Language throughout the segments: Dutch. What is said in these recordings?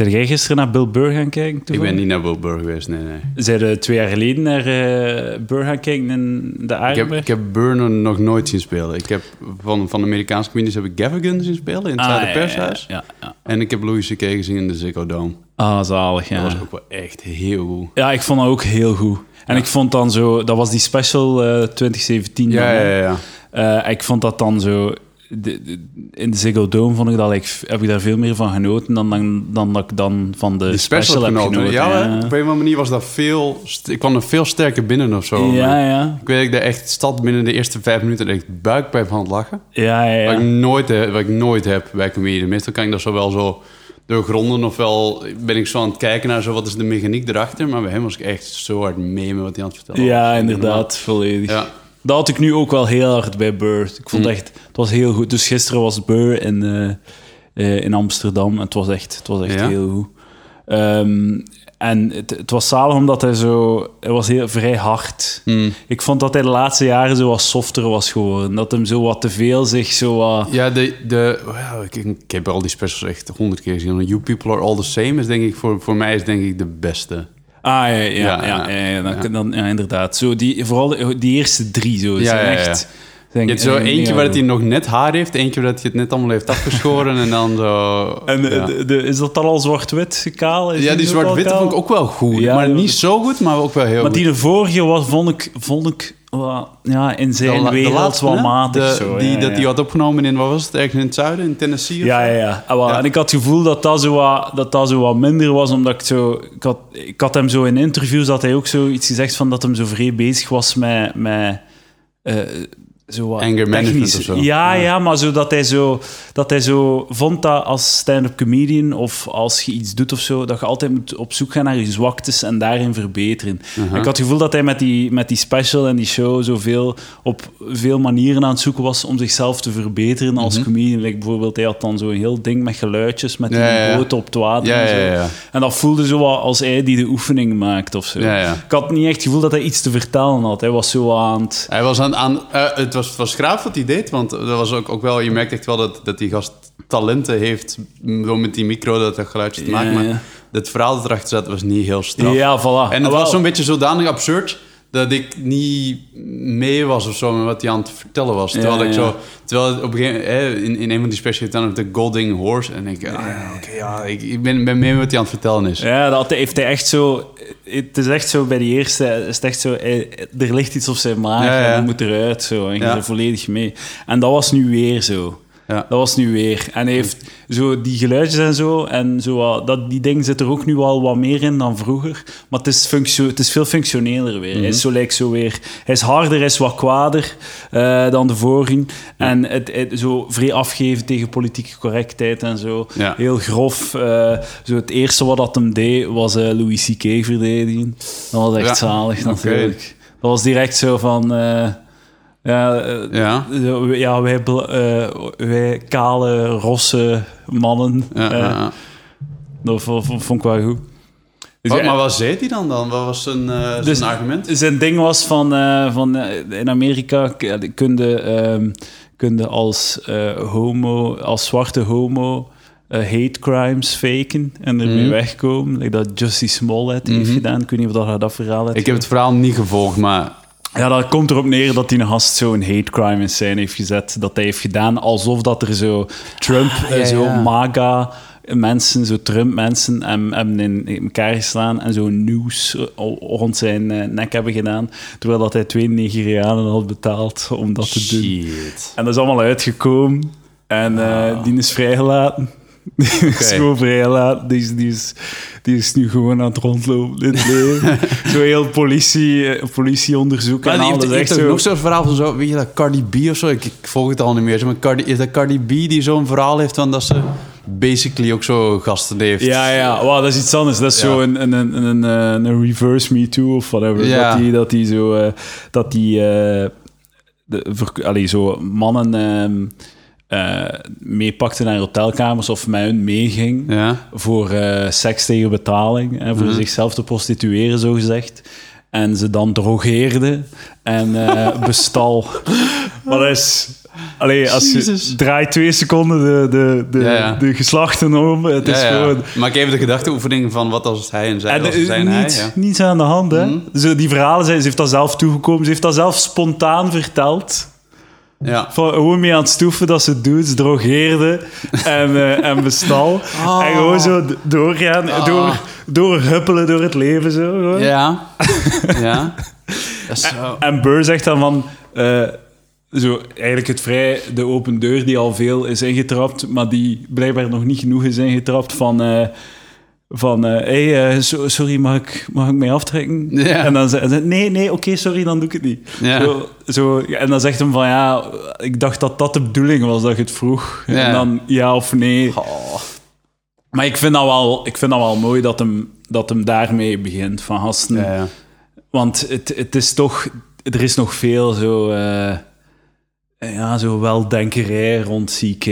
Zijn jij gisteren naar Bill Burr gaan kijken? Ik toevallig? ben niet naar Bill Burr geweest, nee. Zijn er 2 jaar geleden naar Burr gaan kijken in de Aardberg? Ik heb Burr nog nooit zien spelen. Ik heb van Amerikaanse comedies heb ik Gaffigan zien spelen in het Zuiderpershuis. Ja. En ik heb Louis C.K. gezien in de Ziggo Dome. Ah, zalig, ja. Dat was ook wel echt heel goed. Ja, ik vond dat ook heel goed. En ik vond dan zo... Dat was die special 2017. Ja. Ik vond dat dan zo... in de Ziggo Dome vond ik dat heb ik daar veel meer van genoten dan dat ik dan van de special heb genoten. Ja, op een of andere manier was dat ik kwam er veel sterker binnen of zo. Ja. Ik weet dat ik daar echt stad binnen de eerste 5 minuten echt buikpijn van het lachen. Ja. Wat ik nooit heb bij comedie. Meestal kan ik dat zo wel zo doorgronden, ofwel ben ik zo aan het kijken naar zo wat is de mechaniek erachter. Maar bij hem was ik echt zo hard mee met wat hij aan het vertellen was. Ja, inderdaad, volledig. Ja. Dat had ik nu ook wel heel hard bij Burr. Ik vond echt, het was heel goed. Dus gisteren was Burr in Amsterdam. En het was echt heel goed. En het was zalig omdat hij was heel vrij hard. Ik vond dat hij de laatste jaren zo wat softer was geworden. Dat hem zo wat te veel zich zo wat... Ja, ik heb al die specials echt 100 keer gezien. You People Are All The Same is denk ik, voor mij is denk ik de beste. Ah, ja, inderdaad. Zo vooral die eerste 3 zo. Echt... Je hebt zo eentje waar hij nog net haar heeft, eentje waar hij het net allemaal heeft afgeschoren en dan zo... En is dat dan al zwart-wit kaal? Die zwart-witte vond ik ook wel goed. Maar niet zo goed, maar ook wel heel goed. Maar die de vorige vond ik in zijn wereld wat matig. Dat hij had opgenomen in, wat was het, ergens in het zuiden, in Tennessee? Ja. En ik had het gevoel dat dat zo wat minder was, omdat ik had hem zo in interviews, dat hij ook zoiets gezegd van dat hem zo vrij bezig was met zo wat anger management of zo. Ja, maar dat hij zo vond dat als stand-up comedian of als je iets doet of zo, dat je altijd moet op zoek gaan naar je zwaktes en daarin verbeteren. Ik had het gevoel dat hij met die special en die show op veel manieren aan het zoeken was om zichzelf te verbeteren als comedian. Bijvoorbeeld, hij had dan zo'n heel ding met geluidjes, met die boot op het water en zo. Ja. En dat voelde zo wat als hij die de oefening maakt of zo. Ja. Ik had niet echt het gevoel dat hij iets te vertellen had. Hij was zo aan het... Hij was het was graaf wat hij deed, want dat was ook wel... Je merkt echt wel dat die gast talenten heeft om met die micro dat geluidje te maken. Maar het verhaal dat erachter zat was niet heel straf. Ja, voilà. En het was zo'n beetje zodanig absurd dat ik niet mee was of zo met wat hij aan het vertellen was. Terwijl op een gegeven moment, in een van die specials dan de Golding Horse en ik ben mee met wat hij aan het vertellen is. Ja, dat heeft hij echt zo... Het is echt zo, bij die eerste is het echt zo... Er ligt iets op zijn maag en hij moet eruit zo. En je er volledig mee. En dat was nu weer zo. Ja. Dat was nu weer. En hij heeft zo die geluidjes en zo. En zo die ding zit er ook nu al wat meer in dan vroeger. Maar het is veel functioneler weer. Hij is hij is harder, hij is wat kwader dan de vorige. En het zo vrij afgeven tegen politieke correctheid en zo. Ja. Heel grof. Zo het eerste wat dat hem deed, was Louis C.K. verdedigen. Dat was echt zalig natuurlijk. Okay. Dat was direct zo van... wij kale, rosse mannen. Dat vond ik wel goed. Dus maar wat zei hij dan? Wat was zijn argument? Zijn ding was van in Amerika kun je als zwarte homo hate crimes faken en ermee wegkomen. Like dat Jussie Smollett heeft gedaan. Ik weet niet of dat verhaal hebt. Ik heb het verhaal niet gevolgd, maar... Ja, dat komt erop neer dat die een gast zo'n hate crime in scène heeft gezet. Dat hij heeft gedaan alsof dat er zo Trump, MAGA mensen, zo Trump-mensen hebben in elkaar geslaan en zo'n nieuws rond zijn nek hebben gedaan. Terwijl dat hij 2 Nigerianen had betaald om dat te doen. En dat is allemaal uitgekomen. En die is vrijgelaten. Die is gewoon vrijgelaten. Die is nu gewoon aan het rondlopen in het leven. Zo heel politieonderzoek. Maar en die alles. heeft Echt zo... nog zo'n verhaal van zo... Weet je dat Cardi B of zo? Ik volg het al niet meer. Maar is dat Cardi B die zo'n verhaal heeft van dat ze basically ook zo gasten heeft? Ja. Wow, dat is iets anders. Dat is zo een reverse Me Too of whatever. Ja. Dat die zo mannen... meepakte naar hotelkamers of met hun meeging voor seks tegen betaling, voor zichzelf te prostitueren, zogezegd. En ze dan drogeerde en bestal Maar dat is... Allee, als je draait 2 seconden de geslachten om, het is gewoon... Maak even de gedachteoefening van wat als hij en zij, wat als zij en hij. Ja. Niets aan de hand, hè. Zo, die verhalen zijn... Ze heeft dat zelf toegekomen. Ze heeft dat zelf spontaan verteld. Ja. Gewoon mee aan het stoeven dat ze het doet. Ze drogeerde en bestal. En gewoon zo doorgaan, doorhuppelen door het leven. Zo, gewoon. Ja. En Burr zegt dan van... zo eigenlijk de open deur die al veel is ingetrapt, maar die blijkbaar nog niet genoeg is ingetrapt sorry, mag ik mij aftrekken? Ja. En dan zegt nee, oké, sorry, dan doe ik het niet. Ja. Zo, en dan zegt hem van, ik dacht dat de bedoeling was, dat je het vroeg. Ja. En dan ja of nee. Oh. Maar ik vind dat wel mooi dat hem daarmee begint, van gasten. Ja. Want het is toch... Er is nog veel zo... zo weldenkerij rond CK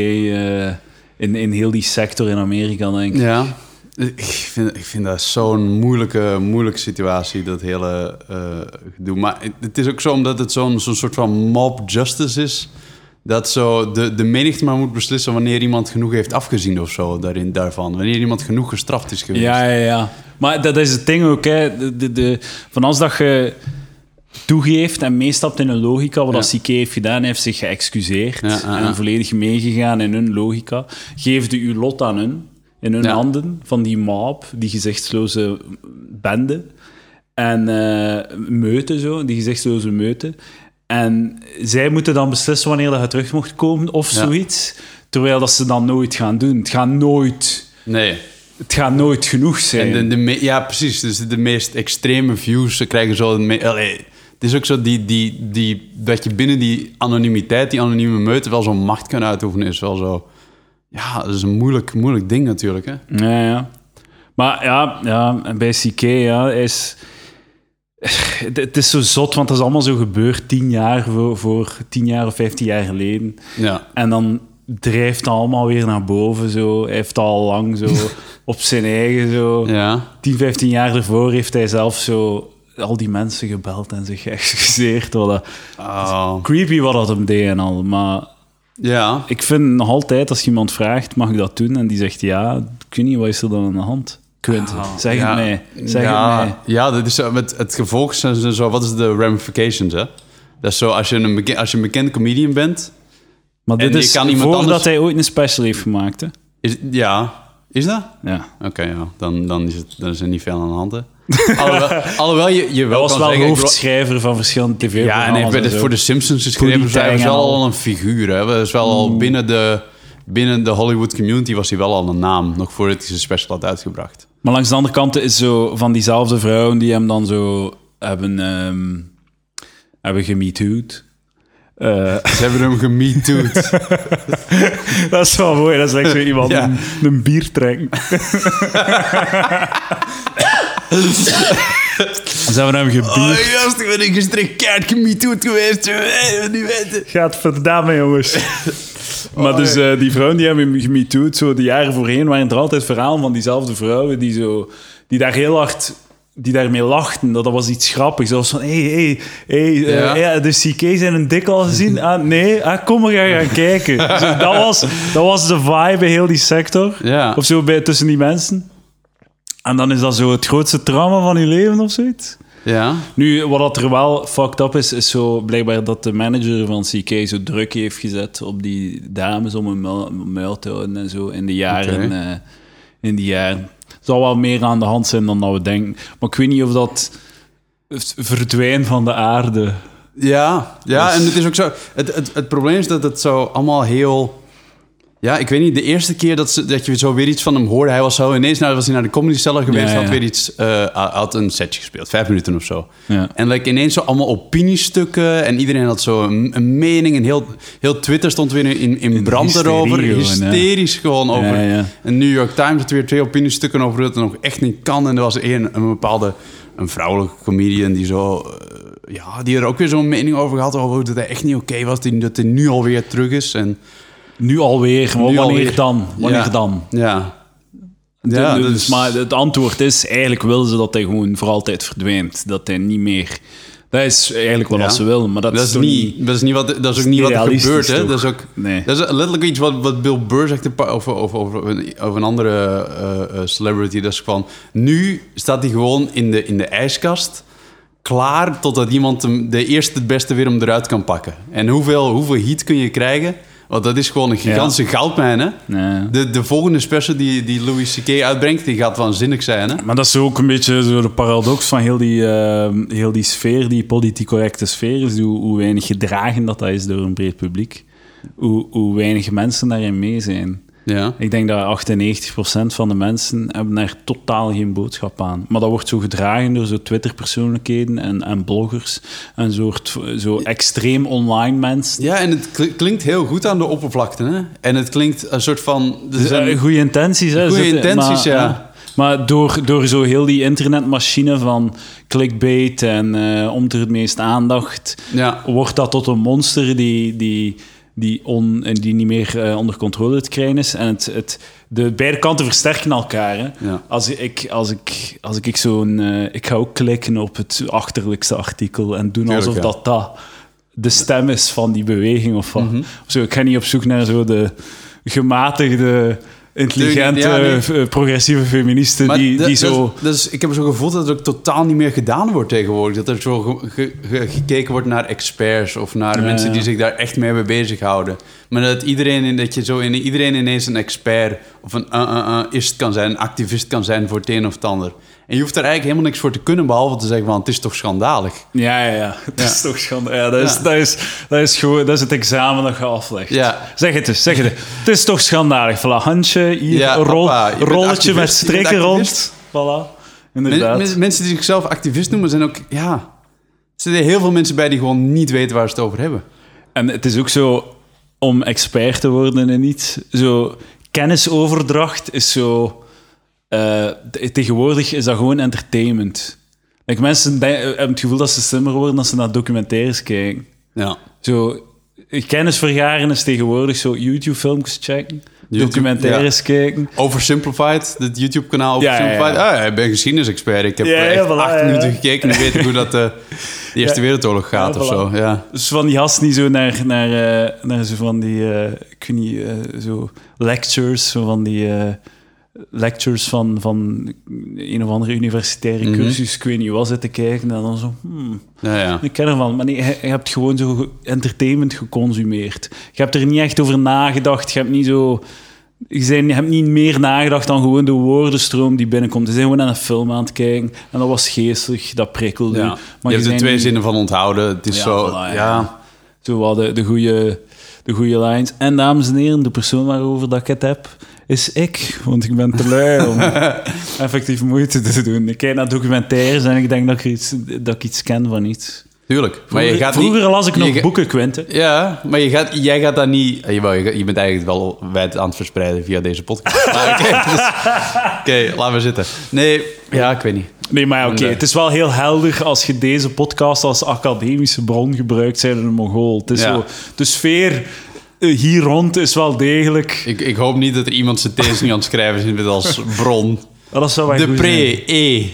in heel die sector in Amerika, denk ik. Ja, ik vind dat zo'n moeilijke situatie, dat hele gedoe. Maar het is ook zo, omdat het zo'n soort van mob justice is, dat zo de menigte maar moet beslissen wanneer iemand genoeg heeft afgezien of zo daarvan. Wanneer iemand genoeg gestraft is geweest. Ja. Maar dat is het ding ook, hè. Van als dat je... toegeeft en meestapt in een logica, wat als CK heeft gedaan, heeft zich geëxcuseerd en volledig meegegaan in hun logica. Geefde uw lot aan hun, in hun handen, van die mob, die gezichtsloze bende. En meute zo, die gezichtsloze meute. En zij moeten dan beslissen wanneer dat je terug mocht komen of zoiets, terwijl dat ze dan nooit gaan doen. Het gaat nooit... Nee. Het gaat nooit genoeg zijn. En ja, precies. Dus de meest extreme views, ze krijgen zo... Het is ook zo dat je binnen die anonimiteit, die anonieme meute, wel zo'n macht kan uitoefenen, is wel zo... Ja, dat is een moeilijk ding natuurlijk, hè? Ja. Maar en bij CK, hij is... Het is zo zot, want dat is allemaal zo gebeurd 10 jaar voor 10 jaar of 15 jaar geleden. Ja. En dan drijft het allemaal weer naar boven, zo. Hij heeft al lang zo op zijn eigen, zo... Ja. 10, 15 jaar ervoor heeft hij zelf zo... al die mensen gebeld en zich geëxcuseerd. Creepy wat dat hem deed en al. Maar ik vind nog altijd, als je iemand vraagt, mag ik dat doen? En die zegt ja, ik weet niet, wat is er dan aan de hand? Quint, zeg het mij. Zeg het mij. Ja, dat is zo, met het gevolg zijn zo, wat is de ramifications, hè? Dat is zo, als je een bekende comedian bent... Maar dit is voordat hij ooit een special heeft gemaakt, hè? Is dat? Ja. Oké, dan is er niet veel aan de hand, hè? Alhoewel je wel was kan wel zeggen... hoofdschrijver van verschillende tv-programma's. Ja, en hij heeft voor de Simpsons geschreven. Hij was wel al een figuur. Hè? Hij is wel al binnen de Hollywood community was hij wel al een naam. Nog voordat hij zijn special had uitgebracht. Maar langs de andere kant is zo van diezelfde vrouwen die hem dan zo hebben gemetoo'd. Ze hebben hem gemetoo'd. Dat is wel mooi. Dat is echt zo iemand een bier trekken. Ze hebben hem gebied. Oh, gast, ik ben gisteren keihard gemetoo'd geweest. Gaat verdamme, jongens. Maar dus die vrouwen die hebben gemetoo'd, zo de jaren voorheen, waren er altijd verhalen van diezelfde vrouwen die daar heel hard... die daarmee lachten, dat was iets grappigs. Dat was van, de CK zijn een dik al gezien? Nee, kom, we gaan kijken. Dus dat was de vibe bij heel die sector. Ja. Of zo tussen die mensen. En dan is dat zo het grootste trauma van je leven of zoiets. Ja. Nu, wat er wel fucked up is zo blijkbaar dat de manager van CK zo druk heeft gezet op die dames om een muil te houden en zo in de jaren. Okay. In die jaren. Er zal wel meer aan de hand zijn dan dat we denken. Maar ik weet niet of dat verdwijnt van de aarde. Ja, dus... en het is ook zo... Het probleem is dat het zo allemaal heel... Ja, ik weet niet, de eerste keer dat je zo weer iets van hem hoorde, hij was zo ineens was hij naar de Comedy Cellar geweest, had weer iets, had een setje gespeeld, 5 minuten of zo. Ja. En ineens zo allemaal opiniestukken en iedereen had zo een mening en heel Twitter stond weer in brand erover. Hysterisch gewoon over. Ja. En New York Times had weer 2 opiniestukken over dat het nog echt niet kan. En er was een bepaalde vrouwelijke comedian die zo... die er ook weer zo'n mening over had, over dat hij echt niet oké was, dat hij nu alweer terug is en... Nu alweer, maar wanneer dan? Wanneer dan? Ja. Maar het antwoord is, eigenlijk willen ze dat hij gewoon voor altijd verdwijnt. Dat hij niet meer Dat is eigenlijk wat ze willen, maar dat is niet... Dat is niet wat er gebeurt, hè. Dat is ook... Nee. Dat is letterlijk iets wat Bill Burr zegt over een andere celebrity. Dat is van... Nu staat hij gewoon in de ijskast... klaar totdat iemand de eerste het beste weer hem eruit kan pakken. En hoeveel heat kun je krijgen... Want dat is gewoon een gigantische goudmijn, hè? Nee. De volgende special die Louis C.K. uitbrengt, die gaat waanzinnig zijn, hè? Maar dat is ook een beetje zo de paradox van heel die sfeer, die politiek correcte sfeer, is hoe weinig gedragen dat is door een breed publiek. Hoe weinig mensen daarin mee zijn. Ja. Ik denk dat 98% van de mensen hebben daar totaal geen boodschap aan. Maar dat wordt zo gedragen door zo Twitter-persoonlijkheden en bloggers. Een soort zo extreem online mensen. Ja, en het klinkt heel goed aan de oppervlakte. Hè? En het klinkt een soort van... Goede intenties, hè? Goede intenties, ja. Maar door zo heel die internetmachine van clickbait en om er het meest aandacht... Ja. Wordt dat tot een monster die niet meer onder controle te krijgen is. En de beide kanten versterken elkaar. Hè. Ja. Als ik zo'n... ik ga ook klikken op het achterlijkste artikel en doen alsof dat de stem is van die beweging of wat. Mm-hmm. Of zo. Ik ga niet op zoek naar zo de gematigde... intelligente, progressieve feministen maar die zo... Dus ik heb zo'n gevoel dat er ook totaal niet meer gedaan wordt tegenwoordig. Dat er zo gekeken wordt naar experts of naar mensen die zich daar echt mee hebben bezighouden. Maar dat iedereen ineens een expert of een ist kan zijn, een activist kan zijn voor het een of het ander. En je hoeft daar eigenlijk helemaal niks voor te kunnen, behalve te zeggen van, het is toch schandalig. Ja. Het is toch schandalig. Dat is gewoon, dat is het examen dat je aflegt. Ja. Zeg het eens. Het is toch schandalig. Voilà, handje, hier, rolletje met strikken rond. Voilà, inderdaad. Mensen die zichzelf activist noemen, zijn ook... Ja, er zitten heel veel mensen bij die gewoon niet weten waar ze het over hebben. En het is ook zo, om expert te worden en iets, zo... Kennisoverdracht is zo... tegenwoordig is dat gewoon entertainment. Mensen hebben het gevoel dat ze slimmer worden als ze naar documentaires kijken. Ja. Zo, kennisvergaren is tegenwoordig zo YouTube-filmpjes checken, documentaires kijken. Oversimplified, het YouTube-kanaal Oversimplified. Ja. Ik ben geschiedenisexpert. Ik heb echt 8 minuten gekeken en weet hoe dat de Eerste Wereldoorlog gaat of zo. Ja. Dus van die gasten die zo naar zo van die... ik weet niet, zo lectures, zo van die... lectures van een of andere universitaire cursus, ik weet niet wat, zitten kijken en dan zo, ik ken ervan. Maar nee, je hebt gewoon zo entertainment geconsumeerd. Je hebt er niet echt over nagedacht, je hebt niet meer nagedacht dan gewoon de woordenstroom die binnenkomt. Je bent gewoon aan een film aan het kijken en dat was geestig, dat prikkelde. Ja. Maar je hebt er 2 zinnen van onthouden. Het is zo... Zo wel de goede lines. En dames en heren, de persoon waarover dat ik het heb, is ik. Want ik ben te lui om effectief moeite te doen. Ik kijk naar documentaires en ik denk dat ik iets ken van iets. Tuurlijk. Vroeger las ik nog boeken, Quinten. Ja, maar jij gaat dat niet... Je bent eigenlijk wel wijd aan het verspreiden via deze podcast. Oké, laten we zitten. Nee, ja, ik weet niet. Nee, maar oké, het is wel heel helder als je deze podcast als academische bron gebruikt, zijn een Mongool. Het is zo, de sfeer hier rond is wel degelijk... Ik hoop niet dat er iemand zijn thesis niet aan het schrijven is als bron. Dat zou wel goed zijn.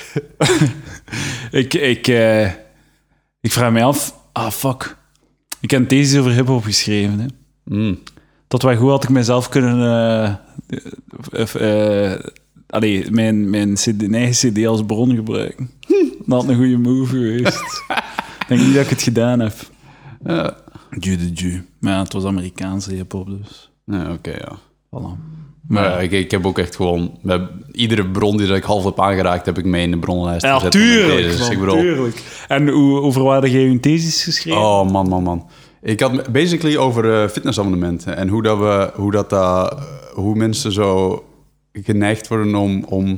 Ik vraag me af... fuck. Ik heb een thesis over hiphop geschreven. Hè. Tot wat goed had ik mezelf kunnen... mijn eigen cd als bron gebruiken. Dat had een goede move geweest. Ik denk niet dat ik het gedaan heb. Maar ja, het was Amerikaanse hiphop, dus... Ja, oké. Voilà. Maar ik heb ook echt gewoon... Iedere bron die ik half heb aangeraakt, heb ik mee in de bronnenlijst gezet. Tuurlijk. En over waar heb jij je thesis geschreven? Oh, man. Ik had basically over fitnessabonnementen. En hoe mensen zo geneigd worden om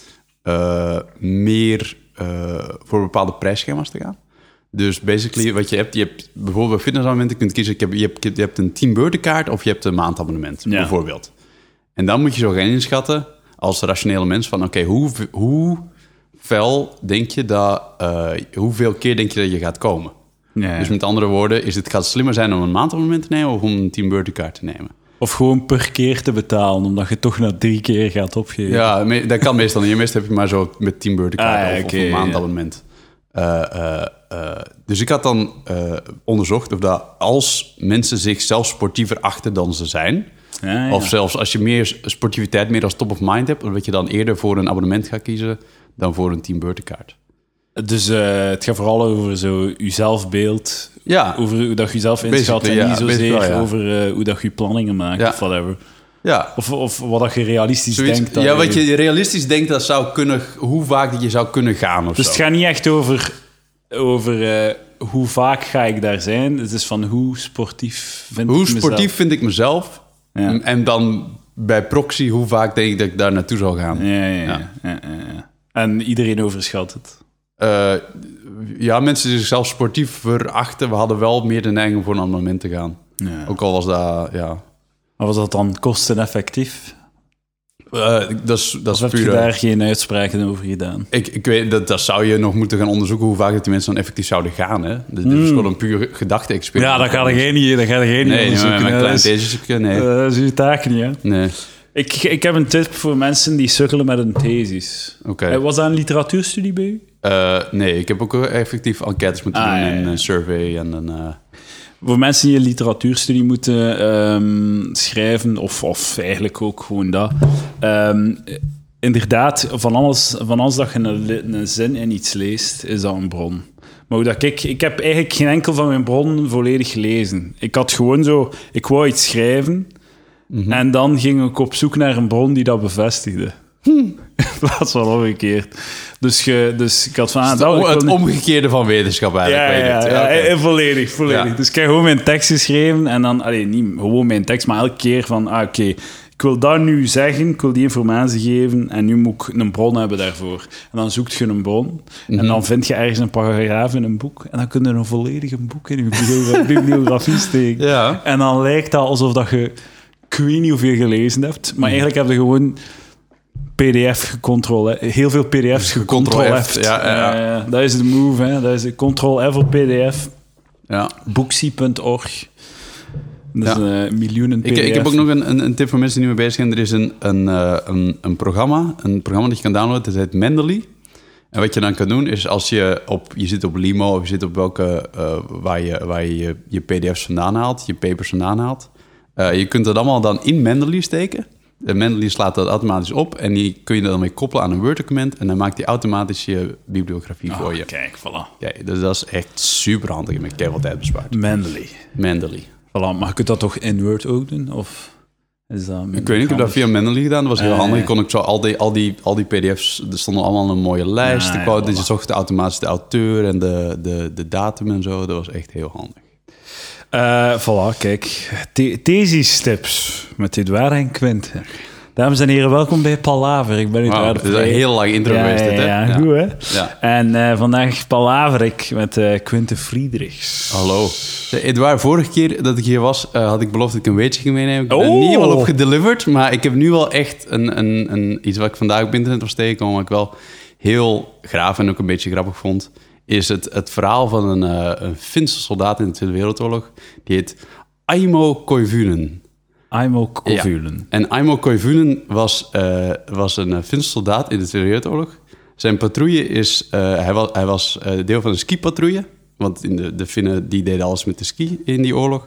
meer voor bepaalde prijsschema's te gaan. Dus basically wat je hebt bijvoorbeeld bij fitnessabonnementen kunt kiezen, je hebt een teambeurtenkaart of je hebt een maandabonnement, bijvoorbeeld. En dan moet je zo gaan inschatten als rationele mens van oké, hoe fel denk je dat, hoeveel keer denk je dat je gaat komen? Ja. Dus met andere woorden, gaat het slimmer zijn om een maandabonnement te nemen of om een teambeurtenkaart te nemen? Of gewoon per keer te betalen, omdat je toch na 3 keer gaat opgeven. Ja, dat kan meestal niet. Meestal heb je maar zo met teambeurtenkaart of een maandabonnement. Dus ik had dan onderzocht of dat als mensen zichzelf sportiever achten dan ze zijn... Ja. Of zelfs als je meer sportiviteit meer als top of mind hebt... dat je dan eerder voor een abonnement gaat kiezen dan voor een Team Beurtenkaart. Dus het gaat vooral over zo je zelfbeeld... Ja. Over hoe dat je jezelf inschat en niet zozeer over hoe dat je planningen maakt of whatever. Ja. Of wat dat je realistisch denkt. Ja, wat je realistisch denkt dat zou kunnen... Hoe vaak dat je zou kunnen gaan of dus zo. Het gaat niet echt over hoe vaak ga ik daar zijn. Het is van hoe sportief vind ik mezelf. Hoe sportief vind ik mezelf. Ja. En dan bij proxy, hoe vaak denk ik dat ik daar naartoe zal gaan. Ja. En iedereen overschat het. Ja, mensen die zichzelf sportief verachten... we hadden wel meer de neiging om voor een ander moment te gaan. Ja. Ook al was dat, Maar was dat dan kosteneffectief? Dat is heb je daar geen uitspraken over gedaan? Ik weet, dat zou je nog moeten gaan onderzoeken... hoe vaak dat die mensen dan effectief zouden gaan. Hè? Dit is gewoon een puur gedachte-experiment. Ja, dat gaat er geen onderzoeken. Nee, een klein thesis. Nee. Dat is je taak niet, hè? Nee. Ik heb een tip voor mensen die sukkelen met een thesis. Okay. Was dat een literatuurstudie bij u? Nee, ik heb ook effectief enquêtes moeten doen en een survey en een... Voor mensen die een literatuurstudie moeten schrijven, of eigenlijk ook gewoon dat... inderdaad, van alles dat je een zin in iets leest, is dat een bron. Maar hoe dat ik heb eigenlijk geen enkel van mijn bronnen volledig gelezen. Ik had gewoon zo... Ik wou iets schrijven... Mm-hmm. En dan ging ik op zoek naar een bron die dat bevestigde. In plaats van omgekeerd. Dus ik had van... het omgekeerde van wetenschap eigenlijk. Ja, volledig. Ja. Dus ik heb gewoon mijn tekst geschreven en dan... niet gewoon mijn tekst, maar elke keer van... Oké, ik wil dat nu zeggen, ik wil die informatie geven en nu moet ik een bron hebben daarvoor. En dan zoekt je een bron mm-hmm. en dan vind je ergens een paragraaf in een boek en dan kun je een volledig boek in je bibliografie steken. Ja. En dan lijkt dat alsof dat je... Ik weet niet hoeveel je gelezen hebt, maar eigenlijk heb je gewoon PDF gecontroleerd. Heel veel PDF's gecontroleerd. Ja. Dat is de move, hè. Dat is Ctrl-F op PDF. Ja. Booksy.org. Dat is miljoenen PDF. Ik heb ook nog een tip voor mensen die mee bezig zijn. Er is een programma dat je kan downloaden. Dat heet Mendeley. En wat je dan kan doen, is als je zit op Limo of je zit op welke... waar je je PDF's vandaan haalt, je papers vandaan haalt. Je kunt dat allemaal dan in Mendeley steken. Mendeley slaat dat automatisch op en die kun je dan mee koppelen aan een Word-document en dan maakt hij automatisch je bibliografie voor je. Kijk, voilà. Ja, dus dat is echt super handig en met keihard tijd bespaard. Mendeley. Voilà, maar je kunt dat toch in Word ook doen? Of is dat ik weet niet, ik heb dat via Mendeley gedaan. Dat was heel handig. Je kon ook zo al die PDF's, er stonden allemaal een mooie lijst. Je zocht automatisch de auteur en de datum en zo. Dat was echt heel handig. Voilà, kijk. Thesis-tips met Edouard en Quint. Dames en heren, welkom bij Palaver. Ik ben Edouard. Het is een heel lang intro geweest, dit, hè? Ja, goed, hè? Ja. En vandaag palaver ik met Quinte Friedrichs. Hallo. Edouard, vorige keer dat ik hier was, had ik beloofd dat ik een weetje ging meenemen. Ik ben er niet helemaal op gedeliverd, maar ik heb nu wel echt iets wat ik vandaag op internet was tegengekomen, wat ik wel heel graaf en ook een beetje grappig vond, is het verhaal van een Finse soldaat in de Tweede Wereldoorlog. Die heet Aimo Koivunen. Aimo Koivunen. Ja. En Aimo Koivunen was een Finse soldaat in de Tweede Wereldoorlog. Zijn patrouille is... hij was deel van een skipatrouille. Want de Finnen die deden alles met de ski in die oorlog.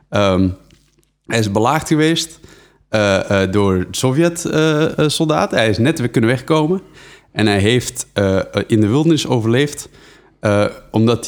Hij is belaagd geweest door Sovjet-soldaten. Hij is net weer kunnen wegkomen. En hij heeft in de wildernis overleefd... omdat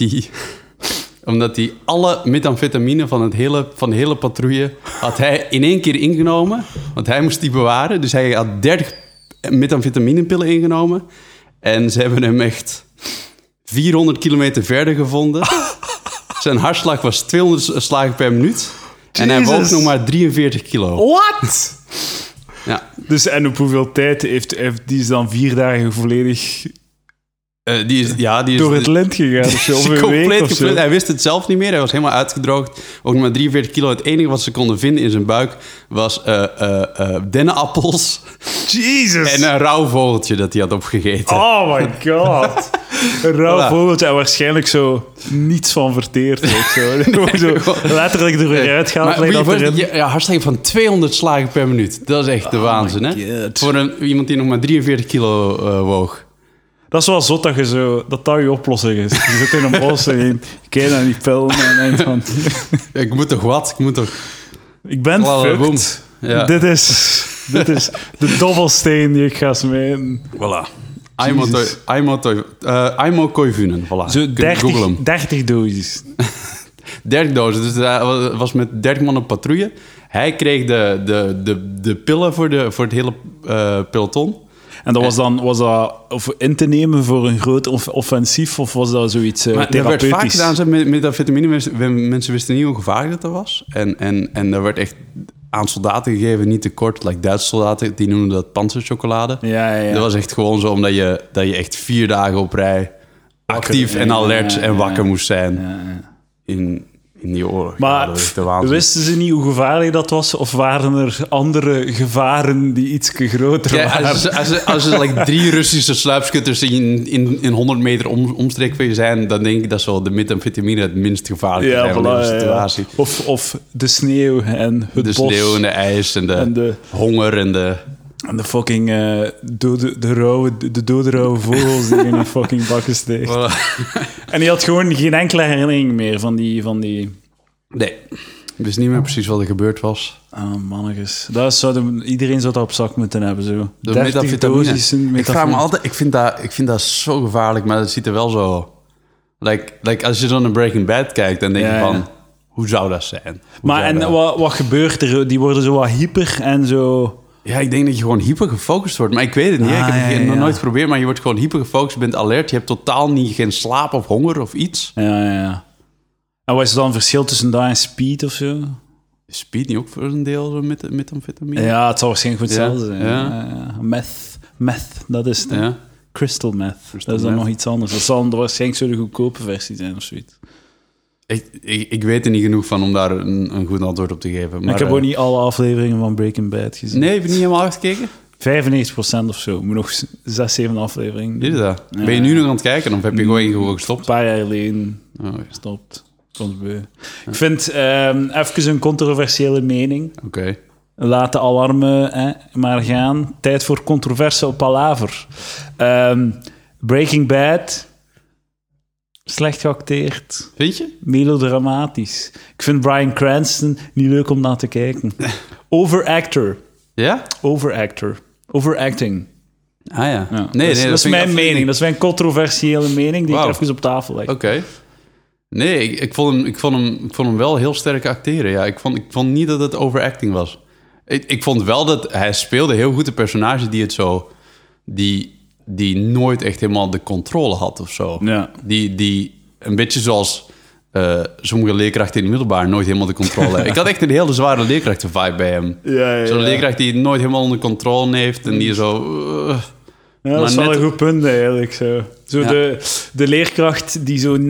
hij alle methamfetamine van de hele patrouille had hij in één keer ingenomen. Want hij moest die bewaren. Dus hij had 30 methamfetaminepillen ingenomen. En ze hebben hem echt 400 kilometer verder gevonden. Zijn hartslag was 200 slagen per minuut. En hij woog nog maar 43 kilo. What? Ja. Dus en op hoeveel tijd heeft die dan 4 dagen volledig... Die is door het lint gegaan of zo, compleet gepland. Hij wist het zelf niet meer. Hij was helemaal uitgedroogd. Ook nog maar 43 kilo. Het enige wat ze konden vinden in zijn buik was dennenappels. Jesus! En een rauw vogeltje dat hij had opgegeten. Oh my god. Een rauw vogeltje en waarschijnlijk zo niets van verteerd. Zo letterlijk eruit gehaald. Ja, hartstikke van 200 slagen per minuut. Dat is echt de waanzin, hè? Voor iemand die nog maar 43 kilo woog. Dat is wel zot dat je oplossing is. Je zit in een bos en je kijkt naar die film en denkt van... Ik moet toch wat? Ik ben fucked. Ja. Dit is de dobbelsteen die ik ga smijten. Voilà. Aimo Koivunen, voilà. Zo 30 doses. 30 doses, dus hij was met 30 man op patrouille. Hij kreeg de pillen voor het hele peloton. En dat was dat in te nemen voor een groot offensief, of was dat zoiets therapeutisch? Dat werd vaak gedaan met methamphetamine. Mensen wisten niet hoe gevaarlijk dat was. En er werd echt aan soldaten gegeven, niet tekort. Like Duitse soldaten, die noemden dat panzerchocolade. Ja. Dat was echt gewoon zo, omdat je echt 4 dagen op rij actief en alert en wakker moest zijn in die oorlog. Maar wisten ze niet hoe gevaarlijk dat was? Of waren er andere gevaren die iets groter waren? Als er like 3 Russische sluipschutters in 100 meter omstreek van je zijn, dan denk ik dat zo de methamphetamine het minst gevaarlijke zijn van deze situatie. Ja. Of de sneeuw en het bos. De sneeuw en de ijs en de honger en de... En de fucking dode rauwe vogels die in die fucking bakken steekt. Voilà. En die had gewoon geen enkele herinnering meer van die... Nee, ik wist niet meer precies wat er gebeurd was. Ah, mannetjes. Iedereen zou dat op zak moeten hebben, zo. De methamphetamine. Ik vraag me altijd... Ik vind dat zo gevaarlijk, maar het ziet er wel zo... Like als je zo naar Breaking Bad kijkt, dan denk je van... Hoe zou dat zijn? Wat gebeurt er? Die worden zo wat hyper en zo... Ja, ik denk dat je gewoon hyper gefocust wordt. Maar ik weet het niet. Ik heb het nog nooit geprobeerd, maar je wordt gewoon hyper gefocust. Je bent alert. Je hebt totaal geen slaap of honger of iets. Ja. En wat is er dan verschil tussen dat en speed of zo? Is speed niet ook voor een deel met amfetamine? Ja, het zal waarschijnlijk goed hetzelfde zijn. Ja. Meth, dat is het. Ja. Crystal meth. Dat is dan nog iets anders. Dat zal waarschijnlijk zo de goedkope versie zijn of zoiets. Ik weet er niet genoeg van om daar een goed antwoord op te geven. Maar, ik heb ook niet alle afleveringen van Breaking Bad gezien. Nee, heb je niet helemaal gekeken? 95% of zo. Moet nog 6-7 afleveringen. Is dat? Ja. Ben je nu nog aan het kijken of heb je gewoon gestopt? Een paar jaar geleden gestopt. Ik vind even een controversiële mening. Oké. Laat de alarmen maar gaan. Tijd voor controverse op palaver. Breaking Bad... Slecht geacteerd. Vind je? Melodramatisch. Ik vind Bryan Cranston niet leuk om naar te kijken. Overactor. Ja? Overacting. Ah ja. Nee, dat is mijn mening. Dat is mijn controversiële mening die ik even op tafel leg. Oké. Nee, ik vond hem wel heel sterk acteren. Ja. Ik vond niet dat het overacting was. Ik vond wel dat hij speelde heel goed een personage die het zo... Die nooit echt helemaal de controle had of zo. Ja. Die een beetje zoals sommige leerkrachten in het middelbaar nooit helemaal de controle hebben. Ik had echt een hele zware leerkrachtenvibe bij hem. Zo'n leerkracht die het nooit helemaal onder controle heeft en die zo... dat is wel een goed punt eigenlijk. De leerkracht die zo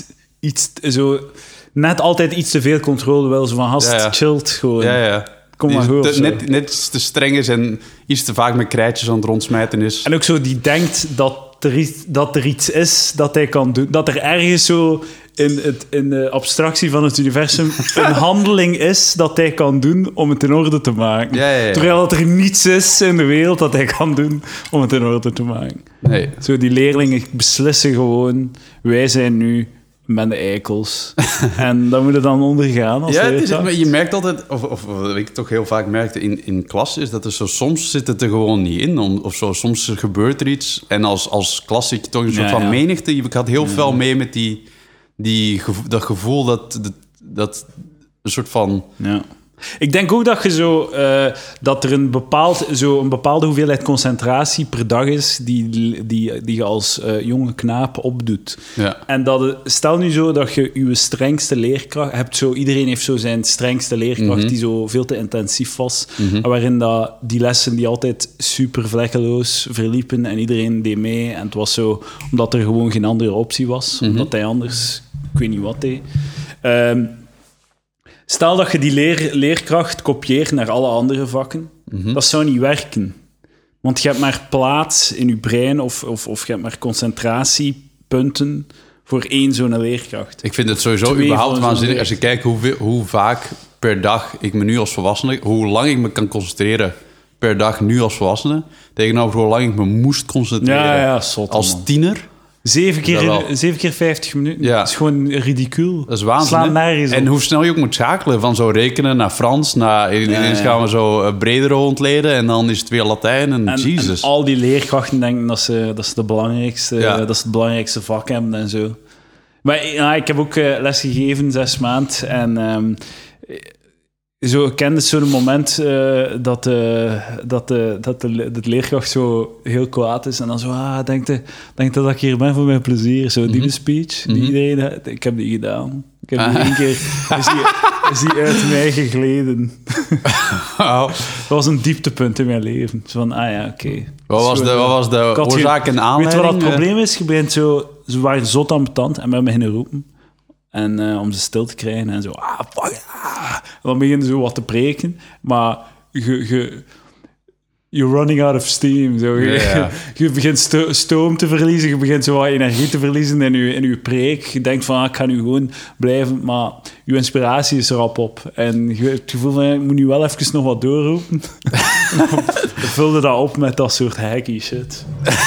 net altijd iets te veel controle wil. Zo van gast, chillt gewoon. Ja. Kom maar goed. Net te streng is en iets te vaak met krijtjes aan het rondsmijten is. En ook zo, die denkt dat er iets is dat hij kan doen. Dat er ergens zo in de abstractie van het universum een handeling is dat hij kan doen om het in orde te maken. Ja. Terwijl dat er niets is in de wereld dat hij kan doen om het in orde te maken. Nee. Zo, die leerlingen beslissen gewoon, wij zijn nu... met de eikels. En dat moet je dan ondergaan. Als je merkt altijd, of wat ik toch heel vaak merkte in klas, is dat er zo soms zit het er gewoon niet in. Of zo, soms gebeurt er iets. En als klas zit je toch een soort van menigte. Ik had heel veel mee met dat gevoel dat een soort van... Ja. Ik denk ook dat je zo dat er een bepaalde hoeveelheid concentratie per dag is die je als jonge knaap opdoet. Ja. En stel nu zo dat je je strengste leerkracht hebt. Iedereen heeft zo zijn strengste leerkracht die zo veel te intensief was. En waarin die lessen die altijd super vlekkeloos verliepen en iedereen deed mee. En het was zo omdat er gewoon geen andere optie was. Omdat hij anders, ik weet niet wat deed. Stel dat je die leerkracht kopieert naar alle andere vakken. Dat zou niet werken. Want je hebt maar plaats in je brein of je hebt maar concentratiepunten voor één zo'n leerkracht. Ik vind het sowieso überhaupt waanzinnig als je kijkt hoe vaak per dag ik me nu als volwassene... hoe lang ik me kan concentreren per dag nu als volwassene. Tegenover hoe lang ik me moest concentreren als tiener. 7 keer 50 minuten. Ja. Dat is gewoon ridicuul. Dat is waanzinnig. En hoe snel je ook moet schakelen. Van zo rekenen naar Frans. Ineens gaan we zo Bredero ontleden. En dan is het weer Latijn. En Jesus. En al die leerkrachten denken dat ze de belangrijkste, dat ze het belangrijkste vak hebben en zo. Maar ik heb ook les gegeven 6 maanden. En ik kende zo'n moment dat de leerkracht zo heel kwaad is. En dan zo, denk dat ik hier ben voor mijn plezier. Zo, die speech, die iedereen... Ik heb die gedaan. Ik heb die 1 keer... Is die uit mij gegleden. Dat was een dieptepunt in mijn leven. Zo van, oké. Wat was de oorzaak en aanleiding? Weet je wat het probleem is? Je begint zo... Ze waren zot ambetant en we beginnen roepen. En om ze stil te krijgen en zo... fuck, En dan begin je zo wat te preken. Maar you're running out of steam. Zo. Je begint stoom te verliezen. Je begint zo wat energie te verliezen in je preek. Je denkt van, ik ga nu gewoon blijven. Maar je inspiratie is erop op. En je hebt het gevoel van, ik moet nu wel even nog wat doorroepen. Vulde dat op met dat soort hacky shit.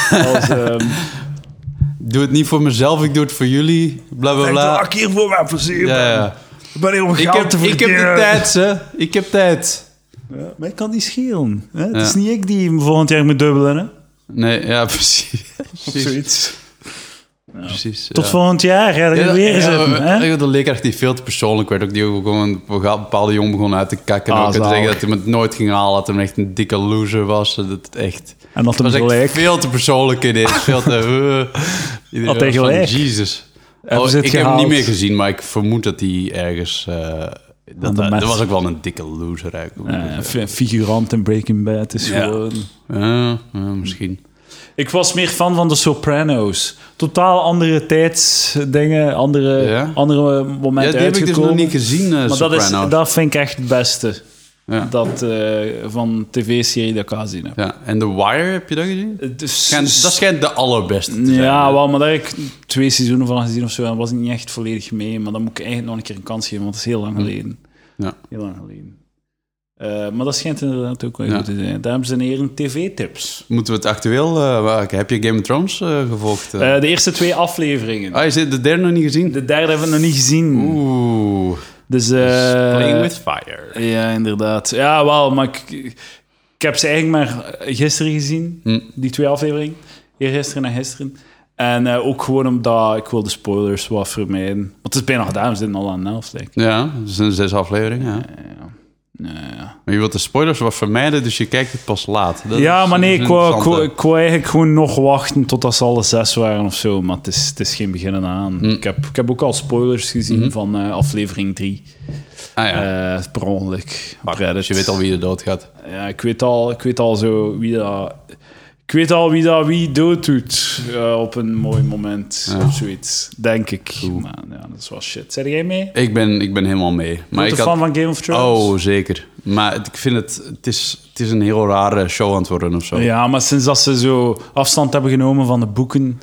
Doe het niet voor mezelf, ik doe het voor jullie. Blablabla. Ik hier voor mijn plezier. Ja. Ik ben hier om geld te verdienen. Ik heb de tijd, hè. Ik heb tijd. Ja, maar ik kan niet schelen. Hè? Het is niet ik die volgend jaar moet dubbelen. Hè? Nee, ja, precies. Of zoiets. Ja. Precies. Tot volgend jaar ga je weer zitten. De leerkracht die veel te persoonlijk werd. Ook die ook gewoon een bepaalde jongen begon uit te kakken. Ook te zeggen dat hij het nooit ging halen. Dat hij echt een dikke loser was. Dat het echt... En dat was gelijk. Echt veel te persoonlijk in dit. Veel te... Had hij gelijk? Jesus. Ik heb hem niet meer gezien, maar ik vermoed dat hij ergens... dat was ook wel een dikke loser eigenlijk. Figurant in Breaking Bad is gewoon... Ja, misschien. Ik was meer fan van de Sopranos. Totaal andere tijdsdingen, andere momenten die heb ik dus nog niet gezien, maar dat vind ik echt het beste. Ja. Dat van tv-serie dat ik ga zien heb. Ja. En The Wire, heb je dat gezien? Dat schijnt de allerbeste te zijn. Ja, wel, maar daar heb ik 2 seizoenen van gezien of zo. En was ik niet echt volledig mee. Maar dan moet ik eigenlijk nog een keer een kans geven, want het is heel lang geleden. Ja. Heel lang geleden. Maar dat schijnt inderdaad ook wel goed te zijn. Daar hebben ze een tv-tips. Moeten we het actueel... heb je Game of Thrones gevolgd? De eerste 2 afleveringen. Je zit de derde nog niet gezien? De derde hebben we nog niet gezien. Oeh. Dus, Playing with fire. Ja, inderdaad. Ja, wel, maar ik heb ze eigenlijk maar gisteren gezien, die 2 afleveringen. Eergisteren en gisteren. En ook gewoon omdat ik wil de spoilers wat vermijden. Want het is bijna gedaan, we zitten al aan de helft. Ja, het zijn 6 afleveringen, ja. Ja. Maar je wilt de spoilers wat vermijden, dus je kijkt het pas laat. Maar nee, ik wou eigenlijk gewoon nog wachten totdat ze alle 6 waren of zo. Maar het is geen beginnen aan. Ik heb ook al spoilers gezien van aflevering 3. Per ongeluk. Dus je weet al wie er dood gaat. Ja, ik weet al zo wie dat... Ik weet al wie dood doet op een mooi moment of zoiets, denk ik. Maar dat is wel shit. Zijn jij mee? Ik ben helemaal mee. Ben je fan van Game of Thrones? Oh, zeker. Maar ik vind het is een heel rare show aan het worden of zo. Ja, maar sinds dat ze zo afstand hebben genomen van de boeken,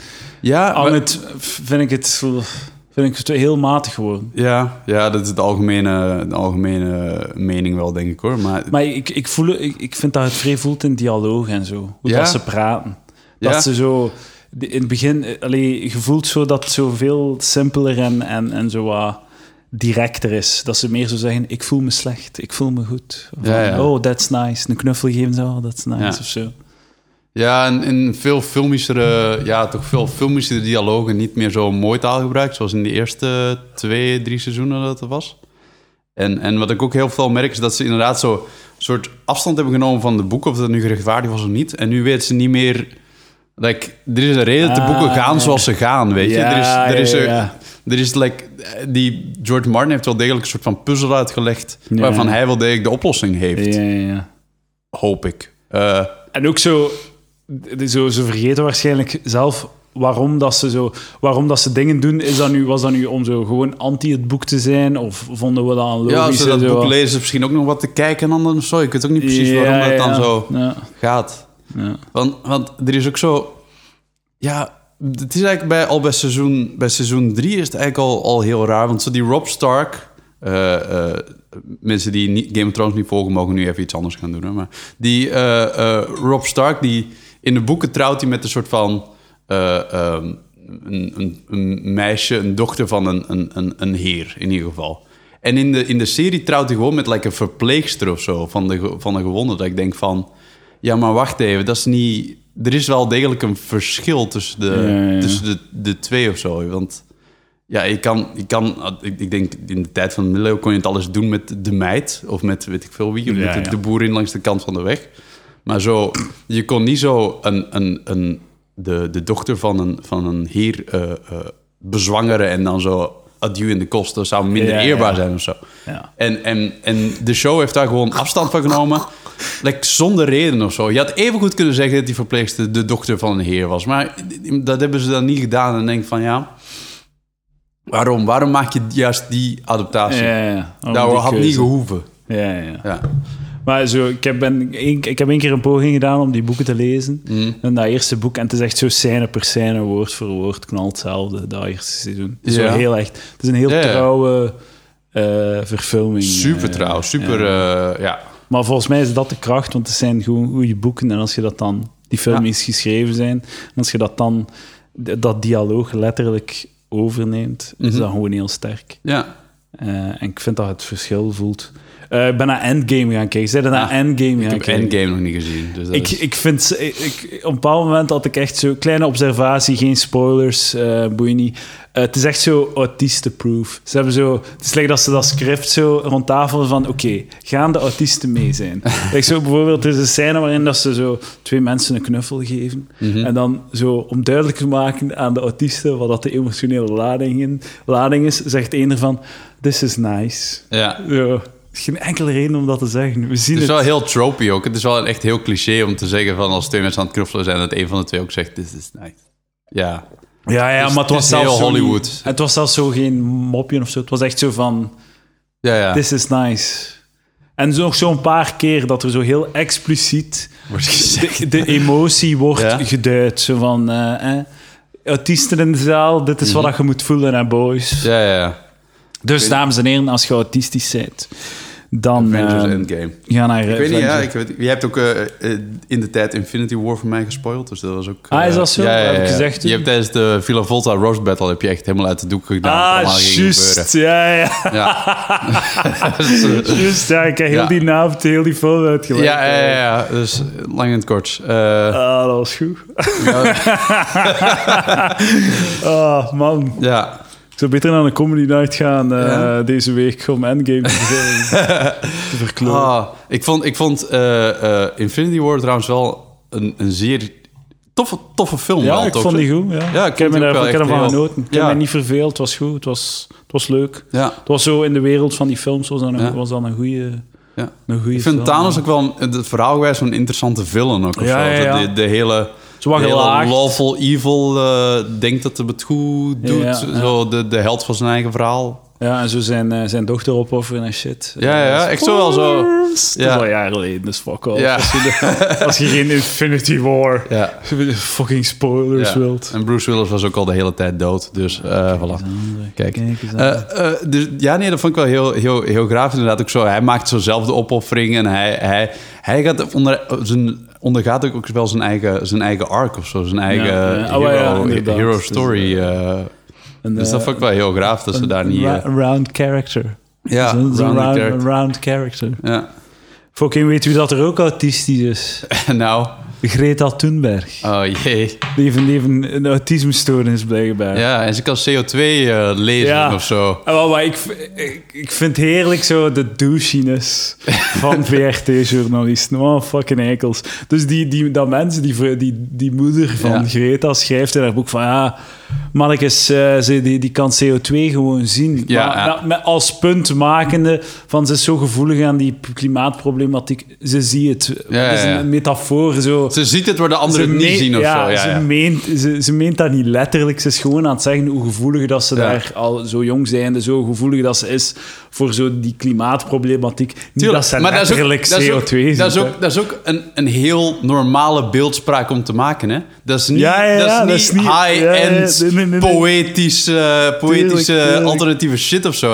vind ik het heel matig geworden. Ja, dat is de algemene mening wel, denk ik, hoor. Maar ik vind dat het vrij voelt in dialoog en zo. Hoe dat ze praten. Dat ze zo... In het begin... je voelt zo dat het zo veel simpeler en zo wat directer is. Dat ze meer zo zeggen, ik voel me slecht, ik voel me goed. Of, oh, that's nice. Een knuffel geven ze, oh, that's nice, of zo. Ja, en veel filmischere dialogen, niet meer zo mooi taal gebruikt, zoals in de eerste 2-3 seizoenen dat het was. En wat ik ook heel veel merk, is dat ze inderdaad zo een soort afstand hebben genomen van de boeken, of dat nu gerechtvaardigd was of niet. En nu weten ze niet meer... er is een reden dat de boeken gaan zoals ze gaan, weet je. Er is die George Martin heeft wel degelijk een soort van puzzel uitgelegd, waarvan hij wel degelijk de oplossing heeft. Ja. Hoop ik. En ook zo... Ze vergeten waarschijnlijk zelf waarom dat ze dingen doen. Was dat nu om zo gewoon anti het boek te zijn? Of vonden we dat een logisch? Ja, als ze dat boek lezen, misschien ook nog wat te kijken en dan zo. Ik weet ook niet precies waarom dat dan zo gaat. Ja. Want er is ook zo... Ja, het is eigenlijk bij seizoen 3 is het eigenlijk al heel raar. Want zo die Robb Stark, mensen die Game of Thrones niet volgen, mogen nu even iets anders gaan doen. Hè? Maar die Robb Stark, in de boeken trouwt hij met een soort van een meisje, een dochter van een heer in ieder geval. En in de serie trouwt hij gewoon met een verpleegster of zo van de gewonde. Dat ik denk van, ja, maar wacht even, dat is niet... Er is wel degelijk een verschil tussen de twee of zo. Want ja, ik denk in de tijd van de middeleeuwen kon je het alles doen met de meid. Of met weet ik veel wie. Of met de boerin langs de kant van de weg. Maar zo, je kon niet zo de dochter van een heer bezwangeren en dan zo adieu in de kost. Dat zou minder eerbaar zijn of zo. Ja. En de show heeft daar gewoon afstand van genomen. Zonder reden of zo. Je had even goed kunnen zeggen dat die verpleegster de dochter van een heer was. Maar dat hebben ze dan niet gedaan. En denk van ja, waarom maak je juist die adaptatie? Dat had niet gehoeven. Ja. Maar zo, ik heb één keer een poging gedaan om die boeken te lezen. En dat eerste boek, en het is echt zo scène per scène, woord voor woord, knalt hetzelfde, dat eerste seizoen. Het is zo heel echt... Het is een heel trouwe verfilming. Super trouw, super... ja. Maar volgens mij is dat de kracht, want het zijn gewoon goede boeken. En als je dat dan... Die film is geschreven zijn. En als je dat dan... Dat dialoog letterlijk overneemt, is dat gewoon heel sterk. Ja. En ik vind dat het verschil voelt... Ik ben naar Endgame gaan kijken. Zijn er naar Endgame gaan kijken? Ik heb Endgame nog niet gezien. Dus ik vind... op een bepaald moment had ik echt zo... Kleine observatie, geen spoilers, boeien niet. Het is echt zo autistenproof. Ze hebben zo... Het is like dat ze dat script zo rond tafel van... Oké, gaan de autisten mee zijn? Zo bijvoorbeeld, er is een scène waarin dat ze zo 2 mensen een knuffel geven. En dan zo, om duidelijk te maken aan de autisten wat dat de emotionele lading is, zegt een ervan... This is nice. Ja. Zo. Er is geen enkele reden om dat te zeggen. We zien het is wel heel tropey ook. Het is wel echt heel cliché om te zeggen van als 2 mensen aan het knuffelen zijn, dat een van de 2 ook zegt, this is nice. Ja. Ja, dus, maar het was zelfs heel Hollywood. Het was zelfs zo geen mopje of zo. Het was echt zo van, this is nice. En nog zo'n paar keer dat er zo heel expliciet de emotie wordt geduid. Zo van, autisten in de zaal, dit is wat je moet voelen, hè, boys. Ja. Dus, dames en heren, als je autistisch bent, dan Avengers Endgame. Ga naar ik weet niet, je hebt ook in de tijd Infinity War voor mij gespoild, dus dat was ook... is dat zo? Heb ik gezegd? Je hebt tijdens de Villa Volta Roast Battle heb je echt helemaal uit de doek gedaan. Juist, ja. Juist, ik heb heel die naam, heel die film uitgelegd. Ja, dus lang en het kort. Dat was goed. Man. Ja. Ik zou beter naar een comedy night gaan deze week om Endgame te verkloren. Ik vond Infinity War trouwens wel een zeer toffe film. Ja, ik vond die goed. Ja. Ik heb ervan genoten. Ik heb me niet verveeld. Het was goed. Het was leuk. Ja. Het was zo in de wereld van die films was dan een goede... Ja. Ik vind Thanos ook wel het verhaalgewijs een interessante villain ook. De hele... lawful evil denkt dat hij het goed doet. Zo de held van zijn eigen verhaal. Ja, en zo zijn dochter opofferen en shit. Ja, echt zo wel zo. Dat is al jaren geleden, dus fuck off. Ja. Als je geen Infinity War fucking spoilers wilt. En Bruce Willis was ook al de hele tijd dood, dus voilà. Kijk. Dus, dat vond ik wel heel graaf inderdaad. Ook zo, hij maakt zo zelf de opoffering en hij gaat ondergaat ook wel zijn eigen arc of zo, zijn eigen hero story. Dus dat vond ik wel heel graaf dat ze daar niet... round character. Ja, round character. Ja. Fucking weet wie dat er ook autistisch is? Nou... Greta Thunberg. Oh jee. Die heeft een autismestoornis blijkbaar. Ja, en ze kan CO2 lezen of zo. Maar ik vind heerlijk zo de douchiness van VRT-journalisten. Oh, fucking eikels. Dus dat mensen, die moeder van Greta schrijft in haar boek van... mannetjes, die kan CO2 gewoon zien. Ja, maar als punt makende van ze is zo gevoelig aan die klimaatproblematiek. Ze ziet het. Het is een metafoor. Zo. Ze ziet het waar de anderen het niet zien of zo. Ze meent dat niet letterlijk. Ze is gewoon aan het zeggen hoe gevoelig dat ze daar al zo jong zijnde, zo gevoelig dat ze is voor zo die klimaatproblematiek. Niet dat ze letterlijk CO2 ziet. Dat is ook een heel normale beeldspraak om te maken. Hè? Dat is niet high-end, poëtische alternatieve shit of zo. Hè?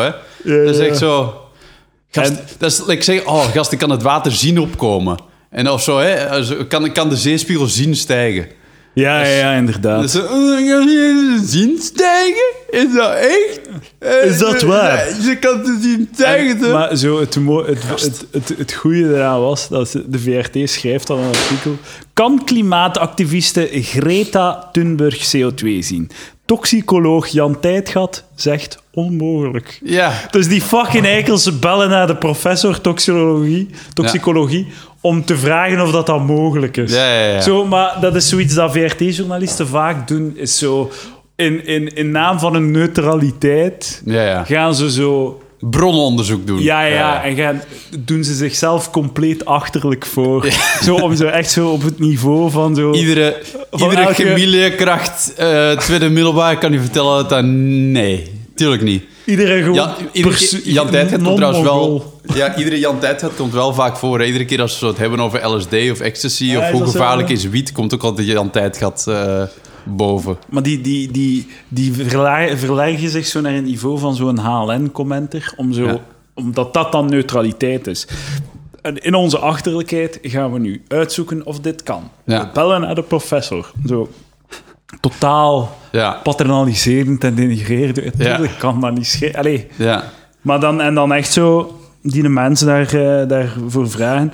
Dat is echt zo... Gast, dat is, ik zeg, gast, ik kan het water zien opkomen. En of zo, hè, kan de zeespiegel zien stijgen. Ja, inderdaad. Dus, zien stijgen? Is dat echt? Is dat waar? Je kan het zien stijgen. Maar zo het goede eraan was, dat de VRT schrijft dan een artikel. Kan klimaatactiviste Greta Thunberg CO2 zien? Toxicoloog Jan Tijdgat zegt onmogelijk. Ja. Dus die fucking eikels bellen naar de professor toxicologie om te vragen of dat mogelijk is. Ja. Zo, maar dat is zoiets dat VRT-journalisten vaak doen, is zo... In naam van een neutraliteit gaan ze zo... bronnenonderzoek doen. Ja. En doen ze zichzelf compleet achterlijk voor. Zo, om zo echt zo op het niveau van zo... Iedere chemieleerkracht tweede middelbaar kan je vertellen dat nee, tuurlijk niet. Jan Tijdgat komt trouwens wel... Ja, iedere Jan Tijdgat komt wel vaak voor. Hè. Iedere keer als we het hebben over LSD of ecstasy of hoe gevaarlijk is wiet, komt ook altijd Jan Tijdgat boven. Maar die verleggen zich zo naar een niveau van zo'n HLN-commenter, omdat dat dan neutraliteit is. En in onze achterlijkheid gaan we nu uitzoeken of dit kan. We bellen naar de professor. Zo totaal paternaliserend en denigrerend. Natuurlijk kan dat niet Maar dan echt zo die de mensen daarvoor vragen.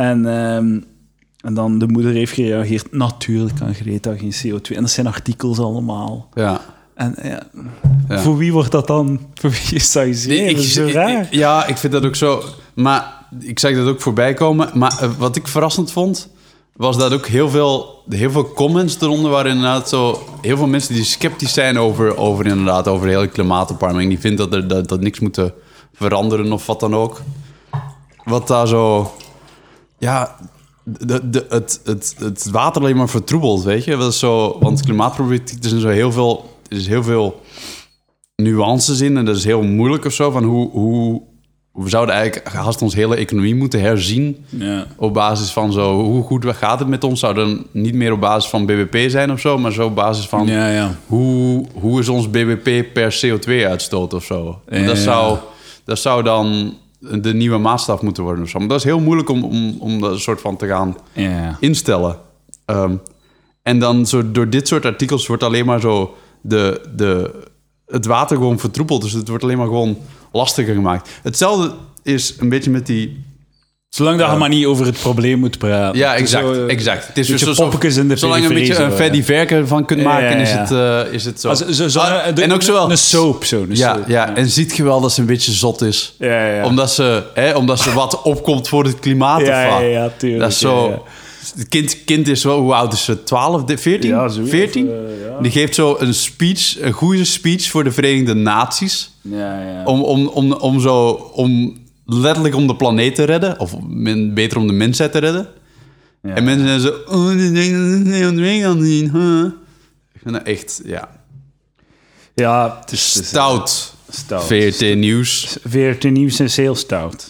En dan de moeder heeft gereageerd. Natuurlijk kan Greta geen CO2. En dat zijn artikels allemaal. Ja. En voor wie wordt dat dan? Voor wie is dat gezien? Dat is zo raar. Ik vind dat ook zo. Maar ik zag dat ook voorbij komen. Maar wat ik verrassend vond, was dat ook heel veel comments eronder waren inderdaad zo... Heel veel mensen die sceptisch zijn over de hele klimaatopwarming. Die vinden dat niks moet veranderen of wat dan ook. Wat daar zo... Ja... Het water alleen maar vertroebelt, weet je. Dat is zo, want klimaatproblematiek, er zijn zo heel veel nuances in en dat is heel moeilijk of zo. Van hoe we zouden eigenlijk haast onze hele economie moeten herzien op basis van zo hoe goed gaat het met ons. Zou dan niet meer op basis van BBP zijn of zo, maar zo op basis van hoe is ons BBP per CO2-uitstoot of zo. Dat zou dan de nieuwe maatstaf moeten worden of zo. Maar dat is heel moeilijk om dat soort van te gaan instellen. En dan zo door dit soort artikels wordt alleen maar zo het water gewoon vertroebeld. Dus het wordt alleen maar gewoon lastiger gemaakt. Hetzelfde is een beetje met die... Zolang dat je maar niet over het probleem moet praten. Ja, exact. Het is dus poppetjes in de zolang je een beetje een Freddy Verker van kunt maken, is het zo. En ook zo wel een soap. En ziet je wel dat ze een beetje zot is. Ja. Omdat ze wat opkomt voor het klimaat. Ja, tuurlijk. Dat is zo... Het kind is wel, hoe oud is ze? 12, 14? Ja, 14? Die geeft zo een goede speech voor de Verenigde Naties. Ja. Om letterlijk om de planeet te redden. Of beter om de mensheid te redden. Ja. En mensen zijn zo... Ik vind dat echt, Ja, het is stout. VRT Nieuws. VRT Nieuws is heel stout.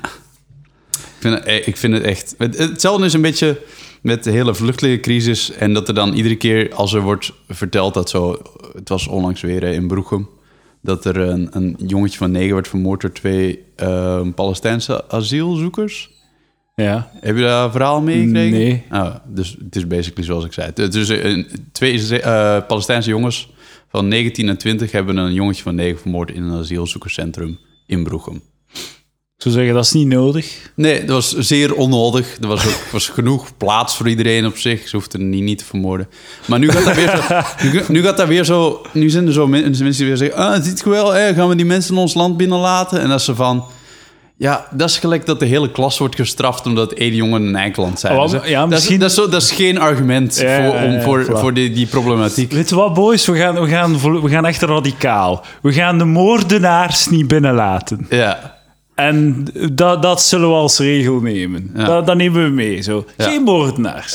Ik vind het echt... Hetzelfde is een beetje met de hele vluchtelingencrisis. En dat er dan iedere keer als er wordt verteld dat zo... Het was onlangs weer in Broechem. Dat er een jongetje van 9 werd vermoord door 2 Palestijnse asielzoekers. Ja. Heb je daar verhaal meegekregen? Nee. Dus het is basically zoals ik zei. Dus 2 Palestijnse jongens van 19 en 20 hebben een jongetje van 9 vermoord in een asielzoekerscentrum in Broechem. Ik zou zeggen, dat is niet nodig. Nee, dat was zeer onnodig. Er was genoeg plaats voor iedereen op zich. Ze hoefden niet te vermoorden. Maar nu gaat dat weer zo... Nu zijn er zo mensen die weer zeggen... ziet je wel, gaan we die mensen in ons land binnenlaten? En dat ze van... Ja, dat is gelijk dat de hele klas wordt gestraft... omdat 1 jongen een eikelland zijn. Misschien... dat is geen argument voor die problematiek. Weet je wat, boys? We gaan echt radicaal. We gaan de moordenaars niet binnenlaten. Ja. En dat zullen we als regel nemen. Ja. Dat nemen we mee. Zo. Ja. Geen moordenaars.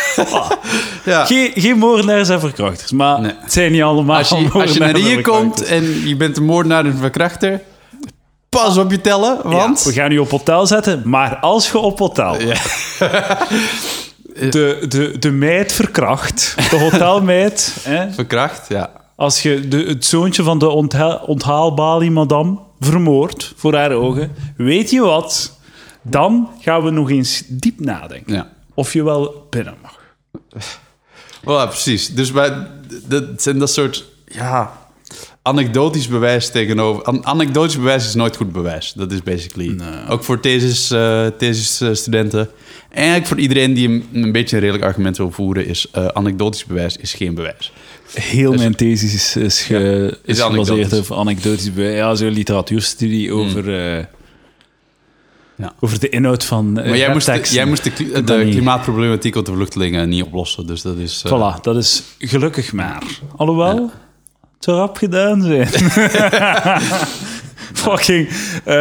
Geen moordenaars en verkrachters. Maar het zijn niet allemaal als je naar hier komt en je bent een moordenaar en een verkrachter... Pas op je tellen, want... we gaan je op hotel zetten, maar als je op hotel... De meid verkracht, de hotelmeid... Verkracht, ja. Als je het zoontje van de onthaalbalie madame vermoord voor haar ogen. Weet je wat? Dan gaan we nog eens diep nadenken. Ja. Of je wel binnen mag. Voilà, precies. Dus dat zijn dat soort... anekdotisch bewijs tegenover... Anekdotisch bewijs is nooit goed bewijs. Dat is basically... No. Ook voor thesis-studenten. Eigenlijk voor iedereen die een beetje een redelijk argument wil voeren... is anekdotisch bewijs is geen bewijs. Heel mijn thesis is gebaseerd op anekdotisch bewijs. Ja, zo'n literatuurstudie over... over de inhoud van maar jij moest de klimaatproblematiek op de vluchtelingen niet oplossen. Dus dat is... Voilà, dat is gelukkig maar. Alhoewel... Ja. Het zou rap gedaan zijn. Fucking...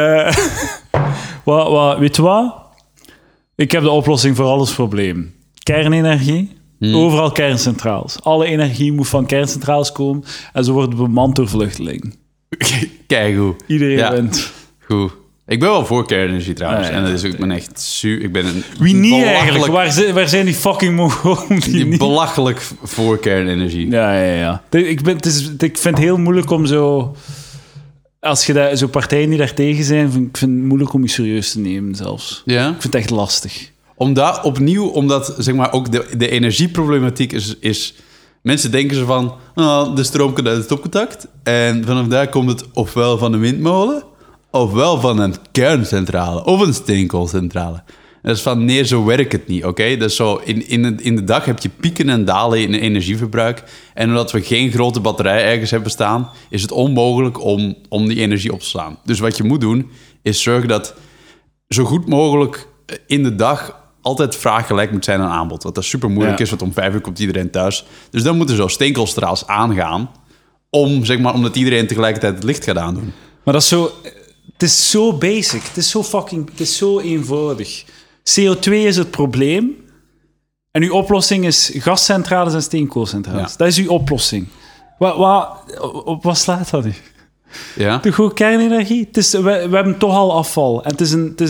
weet je wat? Ik heb de oplossing voor alles probleem. Kernenergie. Overal kerncentrales. Alle energie moet van kerncentrales komen. En zo wordt het bemand door vluchtelingen. Keigoed. Iedereen wint. Goed. Ik ben wel voor kernenergie trouwens. En dat is ook, ik ben echt wie niet eigenlijk? Waar zijn die fucking Mongolen? Die belachelijk voor kernenergie. Ja. Ik vind het heel moeilijk om zo... Als je zo partijen die daar tegen zijn, ik vind het moeilijk om je serieus te nemen zelfs. Ja? Ik vind het echt lastig. Omdat zeg maar ook de energieproblematiek is... Mensen denken zo van... de stroom komt uit het stopcontact. En vanaf daar komt het ofwel van de windmolen... ofwel van een kerncentrale of een steenkoolcentrale. Dat is van, nee, zo werkt het niet, oké? Dus zo, in de dag heb je pieken en dalen in energieverbruik. En omdat we geen grote batterij ergens hebben staan... is het onmogelijk om die energie op te slaan. Dus wat je moet doen, is zorgen dat zo goed mogelijk in de dag... altijd vraag gelijk moet zijn aan aanbod. Wat dat super moeilijk is, want om 5 uur komt iedereen thuis. Dus dan moeten zo steenkoolcentrales aangaan... omdat iedereen tegelijkertijd het licht gaat aandoen. Maar dat is zo... Het is zo basic. Het is zo eenvoudig. CO2 is het probleem. En uw oplossing is gascentrales en steenkoolcentrales. Ja. Dat is uw oplossing. Wat slaat dat nu? Ja. Toch gewoon kernenergie? We hebben toch al afval. En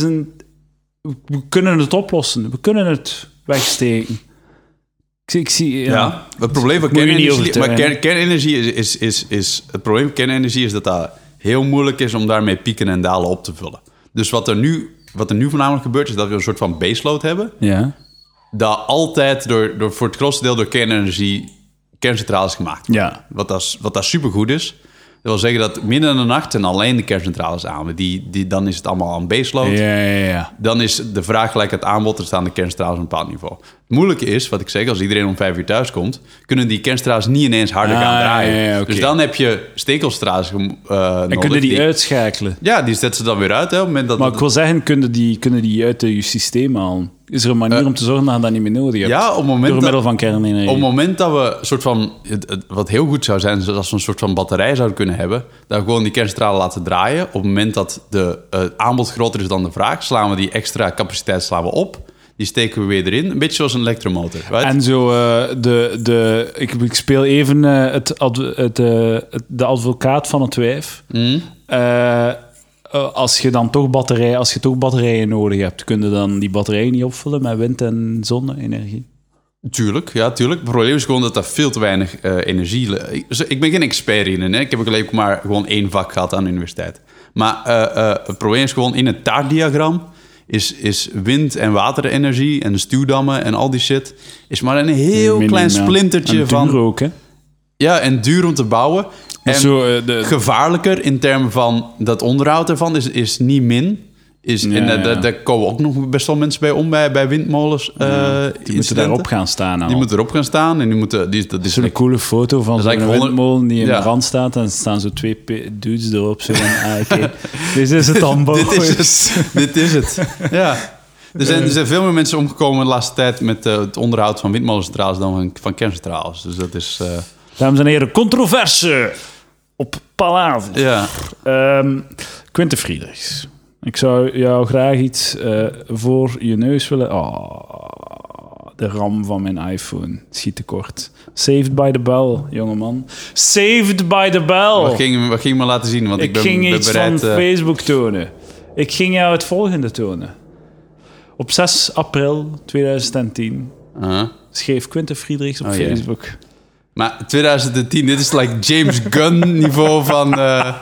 we kunnen het oplossen. We kunnen het wegsteken. Ik zie... Ja. Het probleem van kernenergie... Maar kernenergie is... Het probleem van kernenergie is dat heel moeilijk is om daarmee pieken en dalen op te vullen. Dus wat er nu voornamelijk gebeurt, is dat we een soort van baseload hebben. Ja. Dat altijd voor het grootste deel door kerncentrales gemaakt wordt. Ja. Wat dat supergoed is. Dat wil zeggen dat midden in de nacht zijn alleen de kerncentrales aan. Dan is het allemaal aan baseload. Ja. Dan is de vraag gelijk het aanbod. Er staan de kerncentrales op een bepaald niveau. Het moeilijke is, wat ik zeg, als iedereen om 5 uur thuis komt... kunnen die kerncentrales niet ineens harder gaan draaien. Ja, okay. Dus dan heb je steenkoolcentrales nodig. En kunnen die uitschakelen? Ja, die zetten ze dan weer uit. Hè, op het moment dat maar ik wil zeggen, kunnen die uit je systeem halen? Is er een manier om te zorgen dat je dat niet meer nodig hebt? Ja, door middel van kernenergie. Op het moment dat we een soort van... Wat heel goed zou zijn, is als we een soort van batterij zouden kunnen hebben... dat we gewoon die kerncentrale laten draaien. Op het moment dat het aanbod groter is dan de vraag... slaan we die extra capaciteit op. Die steken we weer erin. Een beetje zoals een elektromotor. Right? En zo, ik speel even de advocaat van het wijf. Als je toch batterijen nodig hebt, kun je dan die batterijen niet opvullen met wind- en zonne-energie? Tuurlijk. Het probleem is gewoon dat veel te weinig energie... Ik ben geen expert hierin. Hè? Ik heb ook alleen maar gewoon 1 vak gehad aan de universiteit. Maar het probleem is gewoon in het taartdiagram... Is wind- en waterenergie en de stuwdammen en al die shit... is maar een heel klein splintertje van... En duur ook, hè? Ja, en duur om te bouwen. En gevaarlijker in termen van dat onderhoud ervan is niet min. Daar komen ook nog best wel mensen bij om bij windmolens. Die moeten daarop gaan staan. Die moeten erop gaan staan. En dat is een coole foto van zo'n windmolen die in de rand staat. En er staan zo 2 dudes erop. Zo van, oké. Dit is het dan, Dit is het. Ja. Er zijn veel meer mensen omgekomen de laatste tijd... met het onderhoud van windmolencentrales dan van kerncentrales. Dus dat is... Dames en heren, controverse op Palaver. Ja. Quinte Friedrichs. Ik zou jou graag iets voor je neus willen... de RAM van mijn iPhone schiet tekort. Saved by the bell, jongeman. Saved by the bell. Wat ging je me laten zien? Want ik ging iets bereid, van Facebook tonen. Ik ging jou het volgende tonen. Op 6 april 2010 schreef Quinte Friedrichs op Facebook... Maar 2010, dit is like James Gunn niveau van...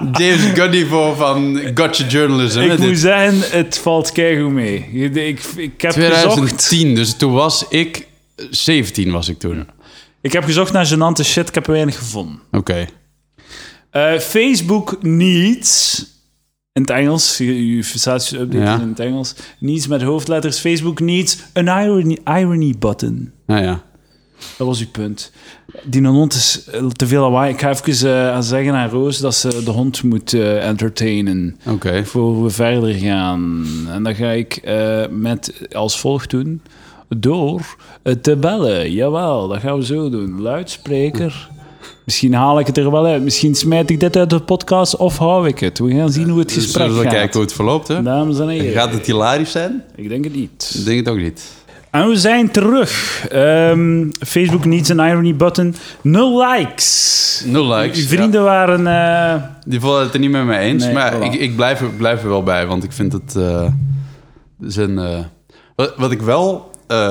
James Gunn van Gotcha Journalism. Ik moet zeggen, het valt keigoed mee. Ik heb 2010, gezocht... dus toen was ik... 17 was ik toen. Ik heb gezocht naar gênante shit, ik heb er weinig gevonden. Oké. Facebook needs... In het Engels, je staat update in het Engels. Needs met hoofdletters. Facebook needs an irony button. Ja. Dat was uw punt. Die hond is te veel lawaai. Ik ga even zeggen aan Roos dat ze de hond moet entertainen. Oké. Voor we verder gaan. En dat ga ik als volgt doen. Door te bellen. Jawel, dat gaan we zo doen. Luidspreker. Misschien haal ik het er wel uit. Misschien smijt ik dit uit de podcast of hou ik het. We gaan zien hoe het gesprek gaat. Zullen we kijken hoe het verloopt, hè? Dames en heren. Gaat het hilarisch zijn? Ik denk het niet. Ik denk het ook niet. En we zijn terug. Facebook needs an irony button. 0 likes. 0 likes. Uw vrienden waren... Die vonden het er niet met mij eens. Nee, maar voilà. ik blijf er wel bij. Want ik vind het... Wat ik wel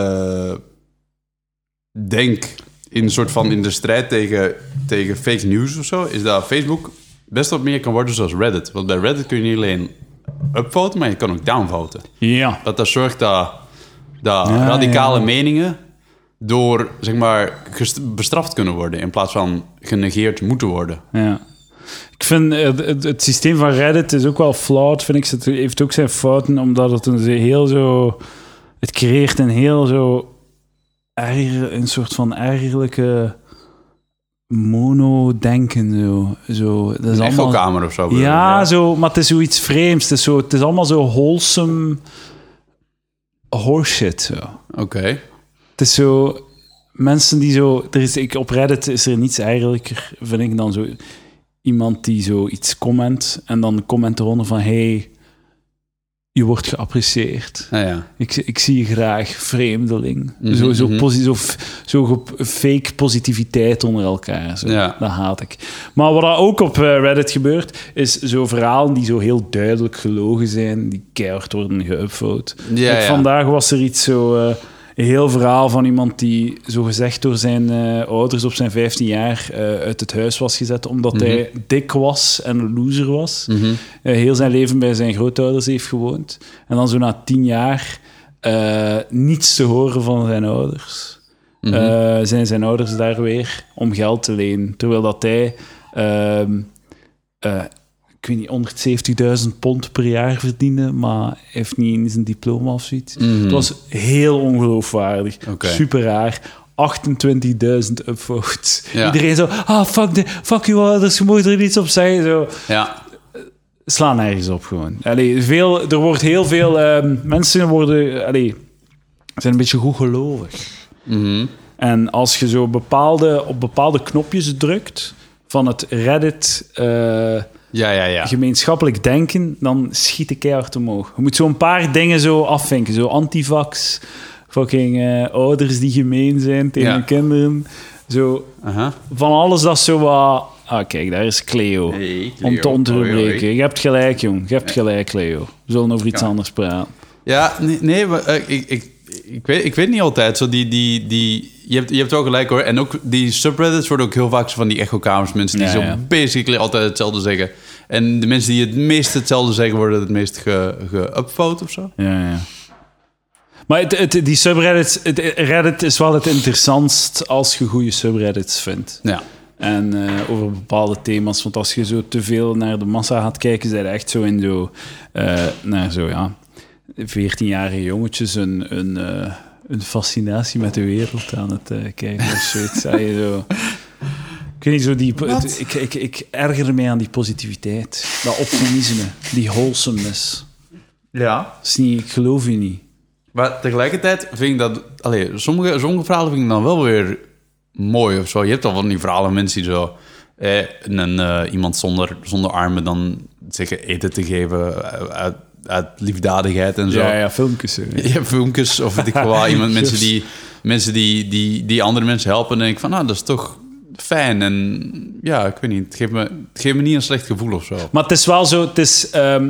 denk... in de strijd tegen fake news of zo... is dat Facebook best wat meer kan worden zoals Reddit. Want bij Reddit kun je niet alleen upvoten... maar je kan ook downvoten. Ja. Dat zorgt dat radicale meningen... door, zeg maar, bestraft kunnen worden... in plaats van genegeerd moeten worden. Ja. Ik vind het systeem van Reddit is ook wel flawed, vind ik. Het heeft ook zijn fouten, omdat het het creëert een heel zo... een soort van ergerlijke mono-denken. Zo. Dat is een allemaal... echokamer of zo. Ja, zo, maar het is zoiets vreemds. Het is allemaal zo wholesome horseshit. Zo. Oké. Het is zo... Mensen die zo... op Reddit is er niets eigenlijk, vind ik, dan zo... Iemand die zo iets comment en dan comment eronder van... Hey, je wordt geapprecieerd. Ja. Ik zie je graag, vreemdeling. Mm-hmm. Zo fake positiviteit onder elkaar. Zo. Ja. Dat haat ik. Maar wat ook op Reddit gebeurt, is zo verhalen die zo heel duidelijk gelogen zijn, die keihard worden geüpvote. Ja. Vandaag was er iets zo... een heel verhaal van iemand die zogezegd door zijn ouders op zijn 15 jaar uit het huis was gezet omdat hij dik was en een loser was. Heel zijn leven bij zijn grootouders heeft gewoond. En dan zo na 10 jaar niets te horen van zijn ouders. Zijn zijn ouders daar weer om geld te lenen. Terwijl dat hij... ik weet niet, £170.000 per jaar verdiende, maar hij heeft niet eens een diploma of zoiets. Het was heel ongeloofwaardig. Okay. Super raar. 28.000 upvotes. Ja. Iedereen zo, fuck you ouders, je moet er niets op zeggen. Zo. Ja. Slaan nergens op gewoon. Er wordt heel veel... mensen zijn een beetje goedgelovig. En als je zo op bepaalde knopjes drukt van het Reddit... gemeenschappelijk denken, dan schiet de keihard omhoog. Je moet zo een paar dingen zo afvinken. Zo antivax, fucking ouders die gemeen zijn tegen hun kinderen. Zo, van alles dat zo wat... kijk, daar is Cleo. Hey, Cleo. Om te onderbreken. Hoi. Je hebt gelijk, jong. Je hebt gelijk, Cleo. We zullen over iets anders praten. Ja, nee, maar ik weet niet altijd. Zo je hebt wel gelijk, hoor. En ook die subreddits worden ook heel vaak zo van die echokamers. Mensen die basically altijd hetzelfde zeggen. En de mensen die het meest hetzelfde zeggen, worden het meest geupvote of zo. Ja. Maar die subreddits... Reddit is wel het interessantst als je goede subreddits vindt. Ja. En over bepaalde thema's. Want als je zo te veel naar de massa gaat kijken, zijn er echt zo in zo... naar zo, 14-jarige jongetjes een fascinatie met de wereld aan het kijken of zoiets. Zo... Ik weet niet, zo ik erger me aan die positiviteit, dat optimisme, die wholesomeness. Ja. Ik geloof je niet. Maar tegelijkertijd vind ik dat... sommige verhalen vind ik dan wel weer mooi of zo. Je hebt al van die verhalen, mensen die zo... iemand zonder armen dan zeggen eten te geven uit liefdadigheid en zo. Ja, filmpjes. Ja, filmpjes of weet ik wel. Mensen die andere mensen helpen. En dan denk ik van, dat is toch fijn. En ja, ik weet niet. Het geeft me niet een slecht gevoel of zo. Maar het is wel zo... Het is...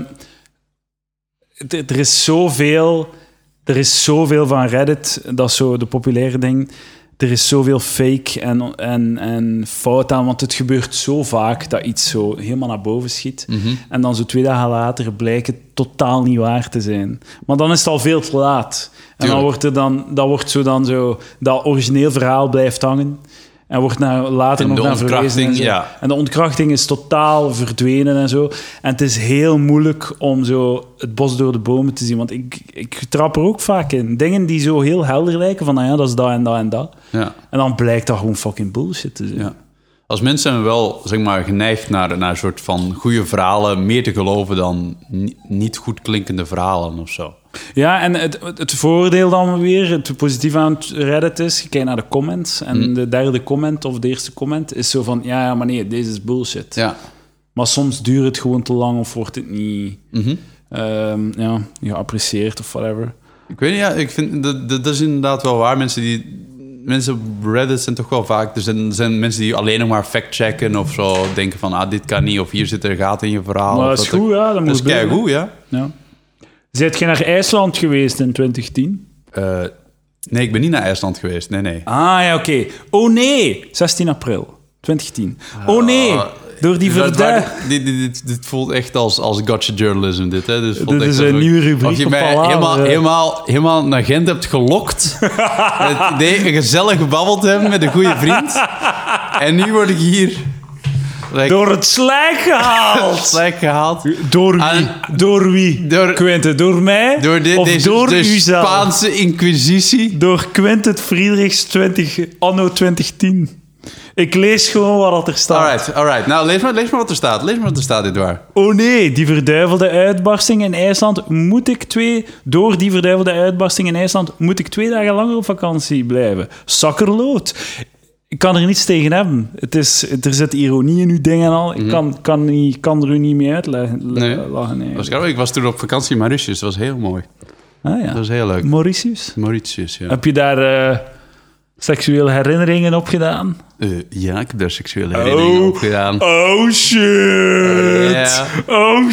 er is zoveel van Reddit, dat is zo de populaire ding. er is zoveel fake en fout aan, want het gebeurt zo vaak dat iets zo helemaal naar boven schiet. En dan zo 2 dagen later blijkt het totaal niet waar te zijn. Maar dan is het al veel te laat. En dan wordt zo dat origineel verhaal blijft hangen. En wordt later nog naar verwezen. En de ontkrachting is totaal verdwenen en zo. En het is heel moeilijk om zo het bos door de bomen te zien. Want ik trap er ook vaak in. Dingen die zo heel helder lijken, van dat is dat en dat en dat. Ja. En dan blijkt dat gewoon fucking bullshit te zijn. Ja. Als mensen zijn we wel, zeg maar, geneigd naar een soort van goede verhalen meer te geloven dan niet goed klinkende verhalen of zo. Ja, en het voordeel dan weer, het positieve aan het Reddit is, je kijkt naar de comments en de derde comment of de eerste comment is zo van, ja, maar nee, deze is bullshit. Ja. Maar soms duurt het gewoon te lang of wordt het niet geapprecieerd of whatever. Ik weet niet, ik vind dat is inderdaad wel waar. Mensen op Reddit zijn toch wel vaak... Er zijn mensen die alleen nog maar fact-checken of zo denken van, dit kan niet, of hier zit er gaten in je verhaal. Maar dat is goed, ja. Dat is keigoed, ja. Zijt je naar IJsland geweest in 2010? Nee, ik ben niet naar IJsland geweest. Nee. Ah, ja, oké. Oh nee, 16 april 2010. Oh nee, door die Dit voelt echt als gotcha journalism, dit. Hè? Dus dit is een nieuwe rubriek. Of je mij helemaal naar Gent hebt gelokt. Het idee een gezellig gebabbeld hebben met een goede vriend. En nu word ik hier... door het slijk gehaald. Door wie? Door wie? Quinte, door mij? Door de Spaanse Inquisitie? Door Quinte Friedrichs anno 2010. Ik lees gewoon wat er staat. Alright. Nou, lees maar wat er staat. Lees maar wat er staat, dit waar. Oh nee, die verduivelde uitbarsting in IJsland Door die verduivelde uitbarsting in IJsland moet ik 2 dagen langer op vakantie blijven. Sakkerlood. Ik kan er niets tegen hebben. Er zit ironie in uw dingen en al. Ik kan er u niet mee uitleggen. Nee. Ik was toen op vakantie in Mauritius. Dat was heel mooi. Ah ja. Dat was heel leuk. Mauritius, ja. Heb je daar seksuele herinneringen op gedaan? Ja, ik heb daar seksuele herinneringen op gedaan. Oh shit! Oh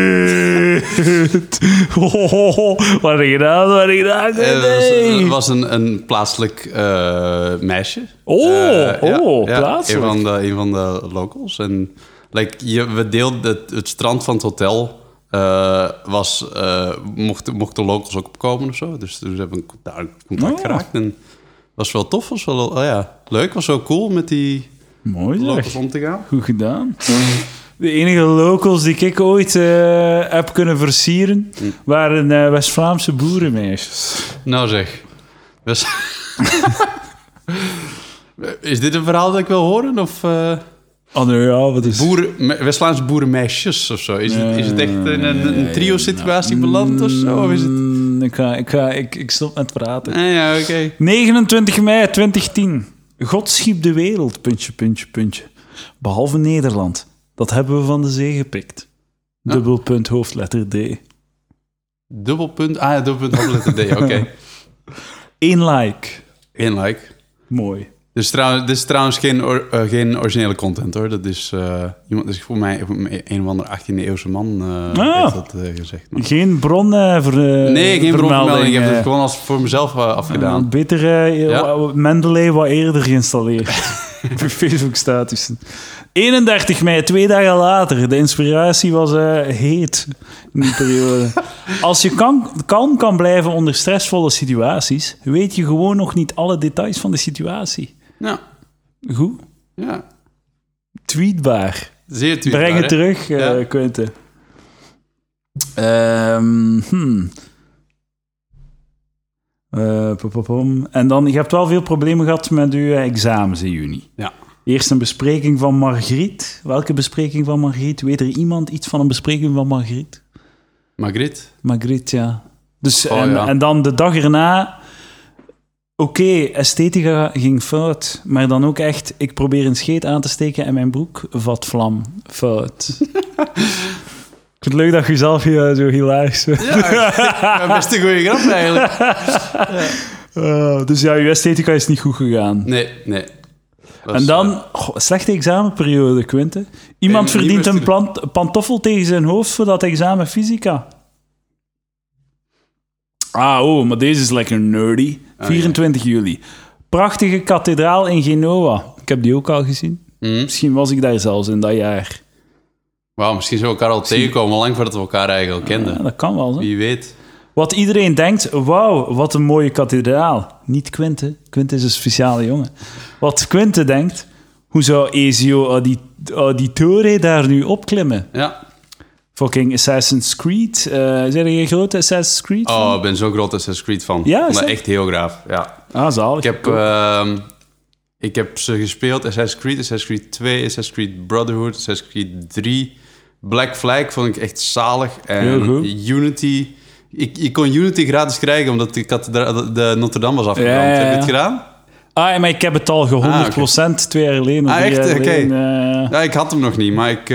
shit! Wat heb je gedaan? Het was een plaatselijk meisje. Plaatselijk? Een van de locals. En we deelden het strand van het hotel. Mochten locals ook opkomen of zo. Dus we hebben daar contact geraakt. En was wel tof, was wel leuk. Was wel cool met die locals om te gaan. Goed gedaan. De enige locals die ik ooit heb kunnen versieren waren West-Vlaamse boerenmeisjes. Nou zeg. Is dit een verhaal dat ik wil horen? Of... wat is... West-Vlaamse boerenmeisjes of zo. Is het echt een trio-situatie beland of zo? Of is het... Ik stop met praten. Ja, oké. 29 mei 2010. God schiep de wereld, ... Behalve Nederland. Dat hebben we van de zee gepikt. Dubbelpunt, hoofdletter D. Dubbelpunt, hoofdletter D, oké. 1 like. 1 like. Mooi. Dit is trouwens geen originele content, hoor. Dat is iemand, dus voor mij een of andere 18e-eeuwse man heeft dat gezegd. Maar... Geen bron nee, geen bronvermelding. Ik heb het gewoon voor mezelf afgedaan. Beter Mendeley wat eerder geïnstalleerd. Op Facebook-statussen. 31 mei, 2 dagen later. De inspiratie was heet in die periode. Als je kalm kan blijven onder stressvolle situaties, weet je gewoon nog niet alle details van de situatie. Ja. Goed? Ja. Tweetbaar. Zeer tweetbaar. Breng het terug, Quinte. En dan, je hebt wel veel problemen gehad met je examens in juni. Ja. Eerst een bespreking van Margriet. Welke bespreking van Margriet? Weet er iemand iets van een bespreking van Margriet? Margriet, ja. Dus, en dan de dag erna... Oké, esthetica ging fout. Maar dan ook echt... Ik probeer een scheet aan te steken en mijn broek vat vlam. Fout. Ik vind het leuk dat je zelf hier zo hilarisch bent. Ja, best een goede grap eigenlijk. Dus ja, je esthetica is niet goed gegaan. Nee. En dan, slechte examenperiode, Quinte. Iemand verdient een pantoffel tegen zijn hoofd voor dat examen fysica. Maar deze is lekker nerdy. 24 juli. prachtige kathedraal in Genoa. Ik heb die ook al gezien. Misschien was ik daar zelfs in dat jaar. Wauw, misschien zullen we elkaar al tegenkomen, lang voordat we elkaar eigenlijk al kenden. Ja, dat kan wel, hè? Wie weet. Wat iedereen denkt, wauw, wat een mooie kathedraal. Niet Quinte. Quinte is een speciale jongen. Wat Quinte denkt, hoe zou Ezio Auditore daar nu opklimmen? Ja. Fucking Assassin's Creed. Zijn er een grote Assassin's Creed fan? Oh, ik ben zo'n groot Assassin's Creed fan. Ja, ik vond dat echt heel graaf. Ja. Ah, zalig. Ik heb ze gespeeld. Assassin's Creed 2, Assassin's Creed Brotherhood, Assassin's Creed 3. Black Flag vond ik echt zalig. En heel goed. Unity... Ik kon Unity gratis krijgen, omdat de Notre Dame was afgebrand. Ja. Heb je het gedaan? Ah, maar ik heb het al 100% 2 jaar geleden. Echt? Oké. Ja, ik had hem nog niet, maar ik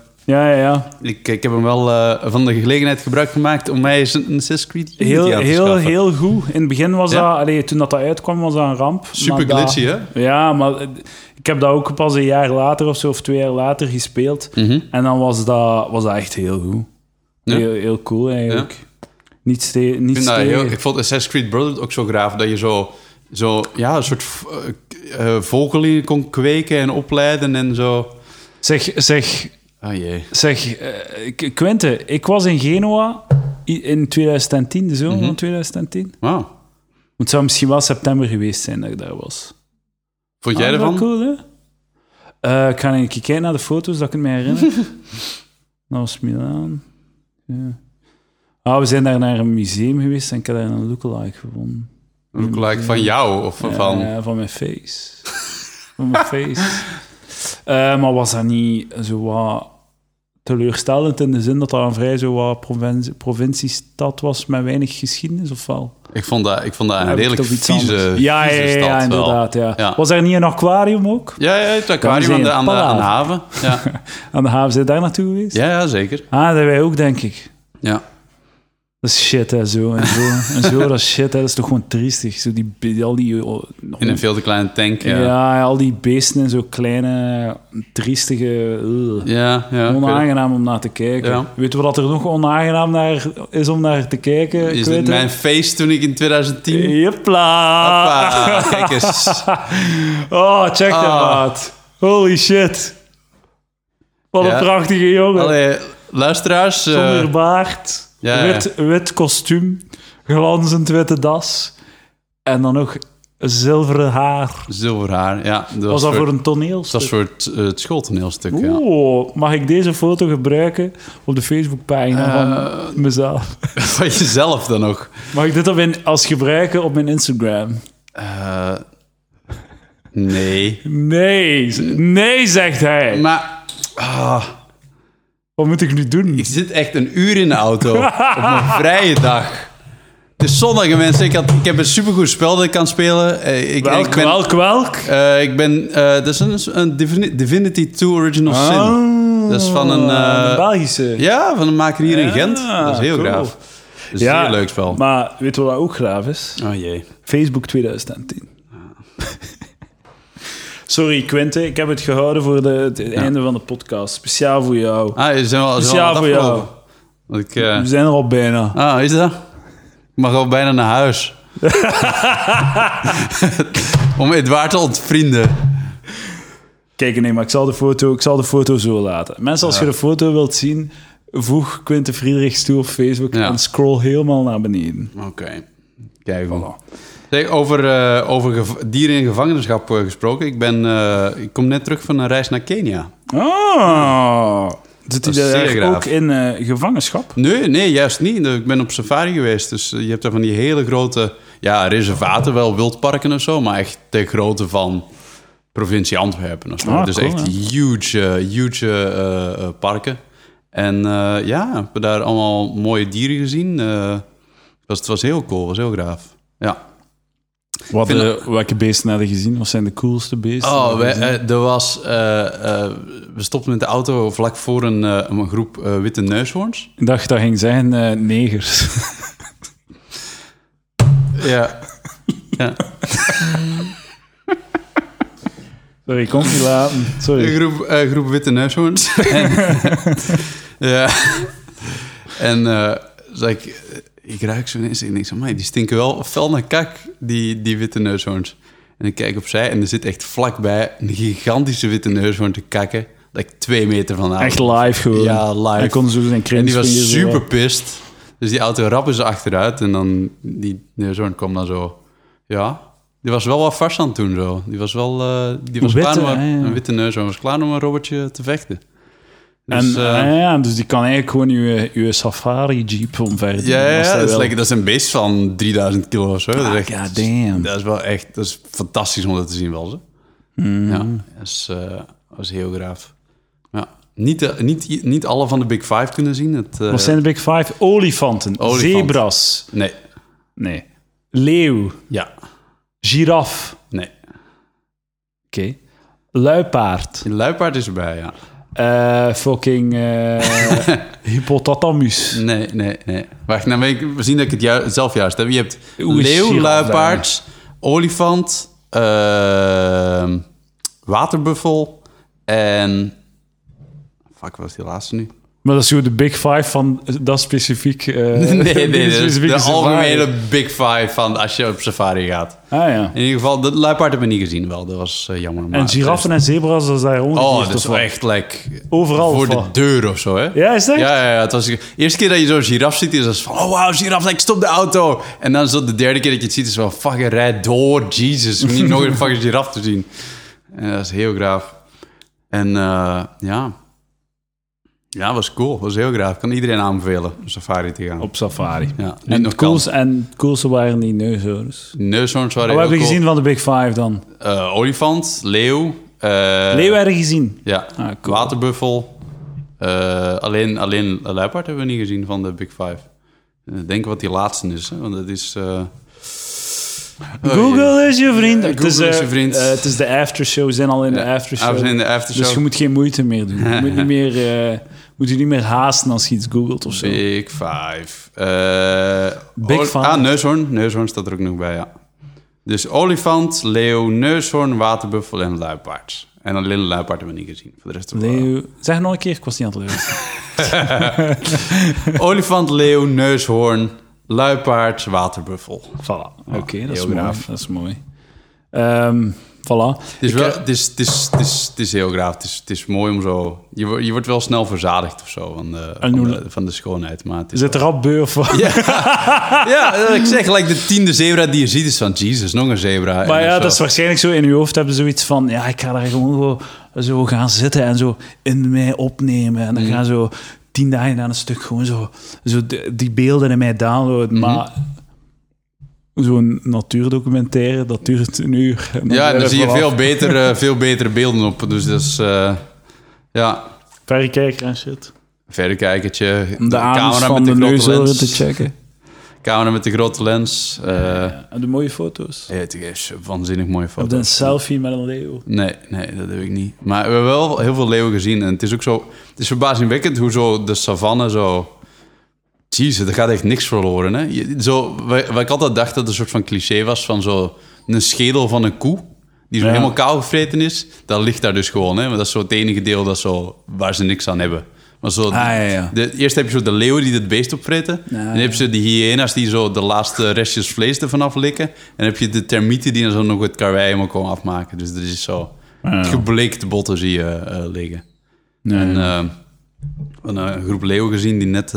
heb hem wel van de gelegenheid gebruik gemaakt om mij een Assassin's Creed Unity aan te schaffen. Heel goed. In het begin was dat... toen dat uitkwam, was dat een ramp. Super glitchy, hè? Ja, maar ik heb dat ook pas een jaar later of zo, of 2 jaar later gespeeld. Mm-hmm. En dan was dat echt heel goed. Ja. Heel cool, eigenlijk. Ja. Ik vond Assassin's Creed Brotherhood ook zo graaf, dat je zo een soort vogelingen kon kweken en opleiden en zo. Zeg, oh jee. Quinte, ik was in Genoa in 2010, de zomer van 2010. Wow. Het zou misschien wel september geweest zijn dat ik daar was. Vond jij ervan? Dat cool, hè? Ik ga een keer kijken naar de foto's, dat ik het me herinner. Dat was Milaan. Ja. We zijn daar naar een museum geweest en ik heb daar een lookalike gevonden. Een lookalike van jou? Of van... Ja, van mijn face. Van mijn face. Maar was dat niet zo wat teleurstellend in de zin dat dat een vrij zo wat provinciestad was met weinig geschiedenis, of wel? Ik vond dat een redelijk vieze stad. Ja, inderdaad. Ja. Was er niet een aquarium ook? Ja, het aquarium aan de haven. Ja. Aan de haven, zijn daar naartoe geweest? Ja, zeker. Dat wij ook, denk ik. Ja. Dat is shit, hè, zo. En zo, dat is shit, hè. Dat is toch gewoon triestig. Zo al die... In een veel te kleine tank, ja. Ja, al die beesten en zo kleine, triestige... Ja. Onaangenaam om naar te kijken. Ja. Weet je wat er nog onaangenaam is om naar te kijken? Is het mijn face toen ik in 2010... Jepla! Kijk eens. Oh, check dat, maat. Holy shit. Wat een prachtige jongen. Allee, luisteraars... Zonder baard... Ja. Wit kostuum, glanzend witte das en dan nog zilveren haar. Zilver haar, ja. Was dat voor een toneelstuk? Dat was voor het schooltoneelstuk, Mag ik deze foto gebruiken op de Facebookpagina van mezelf? Van jezelf dan nog? Mag ik dit als gebruiken op mijn Instagram? Nee. Nee, zegt hij. Maar... Wat moet ik nu doen? Ik zit echt een uur in de auto op mijn vrije dag. Het is zondag, mensen. Ik heb een supergoed spel dat ik kan spelen. Welk? Dat is een Divinity 2 Original Sin. Dat is van een... Belgische. Ja, van een maker hier in Gent. Dat is heel graaf. Dat is een heel leuk spel. Maar weet je wat ook graaf is? Oh jee. Facebook 2010. Sorry, Quinte, ik heb het gehouden voor het einde van de podcast. Speciaal voor jou. Speciaal voor jou. We zijn er al bijna. Is dat? Ik mag al bijna naar huis. Om Edouard te ontvrienden. Kijk, nee, maar ik zal de foto zo laten. Mensen, als je de foto wilt zien, voeg Quinte Friedrichs toe op Facebook en scroll helemaal naar beneden. Oké. Kijk, voilà. Over dieren in gevangenschap gesproken. Ik kom net terug van een reis naar Kenia. Zit hij daar ook in gevangenschap? Nee, juist niet. Ik ben op safari geweest. Dus je hebt daar van die hele grote reservaten, wel wildparken of zo, maar echt de grootte van provincie Antwerpen of zo. Dus cool, echt huge parken. En we hebben daar allemaal mooie dieren gezien. Het was heel cool, het was heel graaf. Ja. Welke beesten hadden gezien? Wat zijn de coolste beesten? We stopten met de auto vlak voor een groep witte neushoorns. Ik dacht dat ging zijn negers. Ja. Sorry, ik kon het niet laten. Sorry. Een groep witte neushoorns. Ja. En ik ruik zo ineens en ik denk zo, die stinken wel fel naar kak, die witte neushoorns. En ik kijk opzij en er zit echt vlakbij een gigantische witte neushoorn te kakken. Dat ik 2 meter vandaan. Echt live gewoon. Ja, live. Hij kon zo zijn en die was super pissed. Dus die auto rappen ze achteruit. En dan die neushoorn kwam dan zo... Ja, die was wel wat vast aan het doen zo. Die was wel... die was klaar om een witte neushoorn. Was klaar om een robotje te vechten. Dus, dus die kan eigenlijk gewoon je safari-jeep omver. Ja, dat is een beest van 3000 kilo of zo. Dat is echt, damn. Dat is wel echt... Dat is fantastisch om dat te zien wel, zo. Ja, dat was heel graaf. Ja. Niet alle van de Big Five kunnen zien. Wat zijn de Big Five? Olifanten. Zebras. Nee. Leeuw. Ja. Giraf. Nee. Oké. Luipaard. Een luipaard is erbij, ja. Hippopotamus. Nee. Wacht, we zien dat ik het zelf juist heb. Je hebt leeuw, luipaard, olifant, waterbuffel en... Fuck, wat was die laatste nu? Maar dat is zo de Big Five van dat specifiek... nee, dat is de algemene Big Five van als je op safari gaat. Ja. In ieder geval, de luipaard hebben we niet gezien wel. Dat was jammer. En giraffen en zebras, dat is daar ongeveer. Dat is wel echt overal voor de deur of zo, hè? Ja, is dat? Ja. Het was de eerste keer dat je zo'n giraf ziet, is dat van... Oh, wauw, giraf, stop de auto. En dan zo de derde keer dat je het ziet, is van... Fucking rijd door, Jesus. Om niet nog een fucking giraf te zien. En dat is heel graaf. En Ja, was cool. Was heel graag. Kan iedereen aanbevelen om safari te gaan. Op safari. Ja, en het coolste waren die neushoorns. Neushoorns waren Wat heel heb je gezien van de Big Five dan? Olifant, leeuw. Leeuw hebben gezien? Ja, cool. Waterbuffel. Alleen luipaard hebben we niet gezien van de Big Five. Denk wat die laatste is, hè? Want dat is... Google is je vriend. Google is je vriend. Het is de aftershow. We zijn al in de aftershow. We zijn in de aftershow. Dus je moet geen moeite meer doen. Je moet je niet meer haasten als je iets googelt of zo. Big Five. Big Five? Neushoorn. Neushoorn staat er ook nog bij, ja. Dus olifant, leeuw, neushoorn, waterbuffel en luipaard. En alleen de luipaard hebben we niet gezien. Voor de rest leeuw... Zeg nog een keer, ik was niet aan het luisteren. Olifant, leeuw, neushoorn... Luipaard, waterbuffel. Voilà. Oké, dat is mooi. Dat is mooi. Voilà. Het is heel graaf. Het is mooi om zo... Je wordt wel snel verzadigd of zo van de schoonheid. Maar het is het rapbeu of wat? Ja, ik zeg gelijk de 10e zebra die je ziet is van... Jesus, nog een zebra. Maar ja, dat is waarschijnlijk zo in je hoofd hebben zoiets van... Ja, ik ga daar gewoon zo gaan zitten en zo in mij opnemen. En dan gaan zo... 10 dagen aan een stuk gewoon zo die beelden in mij downloaden. Maar zo'n natuurdocumentaire, dat duurt een uur. En dan zie je veel betere beelden op. Dus dat is... Verrekijker en shit. Verrekijkertje. Om de camera van de neushoorn te checken. Camera met de grote lens. En de mooie foto's. Ja, het is waanzinnig mooie foto's. Heb je een selfie met een leeuw? Nee, dat heb ik niet. Maar we hebben wel heel veel leeuwen gezien. En het is ook zo... Het is verbazingwekkend hoe zo de savanne zo... Jezus, er gaat echt niks verloren, hè. Wat ik altijd dacht dat het een soort van cliché was van zo... Een schedel van een koe, die zo helemaal kaal gevreten is. Dat ligt daar dus gewoon, hè. Maar dat is zo het enige deel waar ze niks aan hebben. Maar zo, eerst heb je zo de leeuwen die het beest opvreten. En dan heb je de hyena's die zo de laatste restjes vlees ervan aflikken. En dan heb je de termieten die dan zo nog het karwei helemaal komen afmaken. Dus er is zo... Gebleekte botten zie je liggen. En een groep leeuwen gezien die net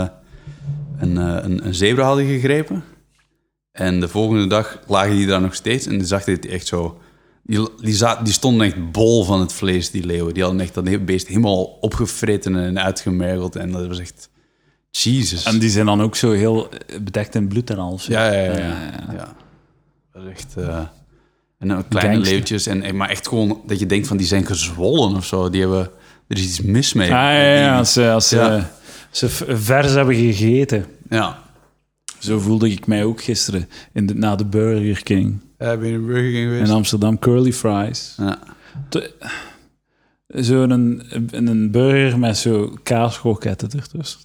een zebra hadden gegrepen. En de volgende dag lagen die daar nog steeds. En dan zag je het echt zo... Die stonden echt bol van het vlees, die leeuwen. Die hadden echt dat beest helemaal opgevreten en uitgemergeld. En dat was echt... Jesus. En die zijn dan ook zo heel bedekt in bloed en alles. Ja. Dat is echt... en dan kleine leeuwtjes. Maar echt gewoon dat je denkt van die zijn gezwollen of zo. Er is iets mis mee. Als ze vers hebben gegeten. Ja. Zo voelde ik mij ook gisteren na de Burger King. Ja, ben je een Burger King geweest? In Amsterdam, curly fries. Ja. Een burger met zo kaaskroketten ertussen.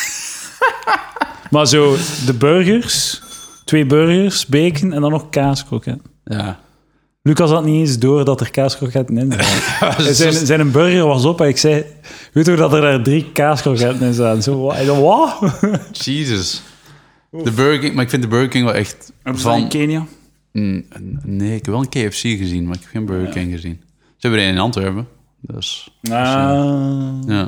Maar zo de burgers, 2 burgers, bacon en dan nog kaaskroketten. Ja. Lucas had niet eens door dat er kaaskroketten in zaten. Zijn een burger was op en ik zei... Weet je dat er daar 3 kaaskroketten in zaten? Zo, wat? Jesus. De Burger King, maar ik vind de Burger King wel echt... In Kenia? Nee, ik heb wel een KFC gezien, maar ik heb geen Burger King gezien. Ze hebben er in Antwerpen. Dus, ja.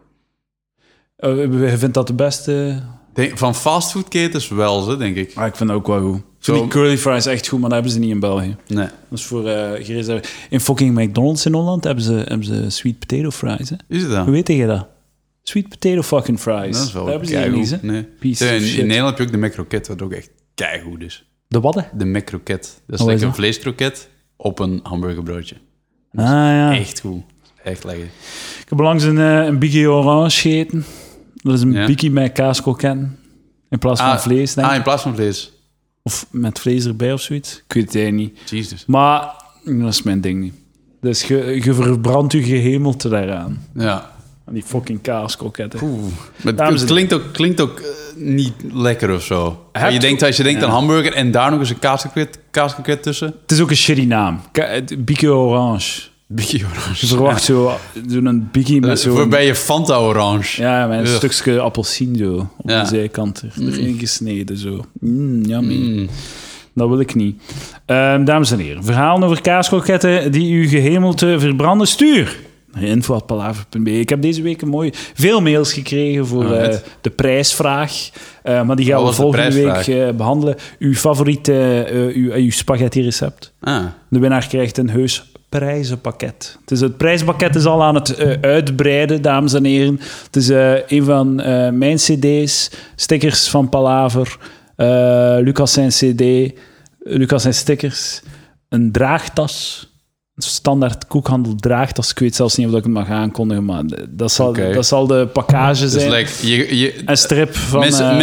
Je vindt dat de beste... Van fastfoodketens wel, denk ik. Ik vind dat ook wel goed. Die curly fries echt goed, maar dat hebben ze niet in België. Nee. Dat is voor in fucking McDonald's in Holland hebben ze sweet potato fries. Hè? Is het dan? Hoe weet je dat? Sweet potato fucking fries. Dat is wel hebben ze niet, hè? Nee. In Nederland heb je ook de McCroket, wat ook echt keigoed is. De wat? De McCroket. Dat is lekker een vleeskroket op een hamburgerbroodje. Ja. Echt goed. Echt lekker. Ik heb langs een biggie orange gegeten. Dat is een biggie met kaaskroketten. In plaats van vlees, denk ik. In plaats van vlees. Of met vlees erbij of zoiets. Ik weet het eigenlijk niet. Jesus. Maar dat is mijn ding niet. Dus je verbrandt je gehemelte daaraan. Ja. Aan die fucking kaaskroketten. Het klinkt ook niet lekker of zo. Als je denkt aan hamburger en daar nog eens een kaaskroket tussen. Het is ook een shitty naam. Biggie orange. Biggie orange. Je verwacht zo'n biggie met zo'n... Voorbij je Fanta orange. Ja, met een stukje appelsien zo. Op de zijkant erin gesneden zo. Yummy. Dat wil ik niet. Dames en heren, verhalen over kaaskroketten die uw gehemelte verbranden, stuur. info@palaver.be. Ik heb deze week veel mails gekregen voor de prijsvraag. Maar die gaan we volgende week behandelen. Uw favoriete uw spaghetti-recept. De winnaar krijgt een heus prijzenpakket. Dus het prijzenpakket is al aan het uitbreiden, dames en heren. Het is een van mijn cd's, stickers van Palaver, Lucas zijn cd, Lucas zijn stickers, een draagtas, een standaard koekhandel draagtas. Ik weet zelfs niet of ik het mag aankondigen, maar dat zal de pakkage zijn. Dus een strip van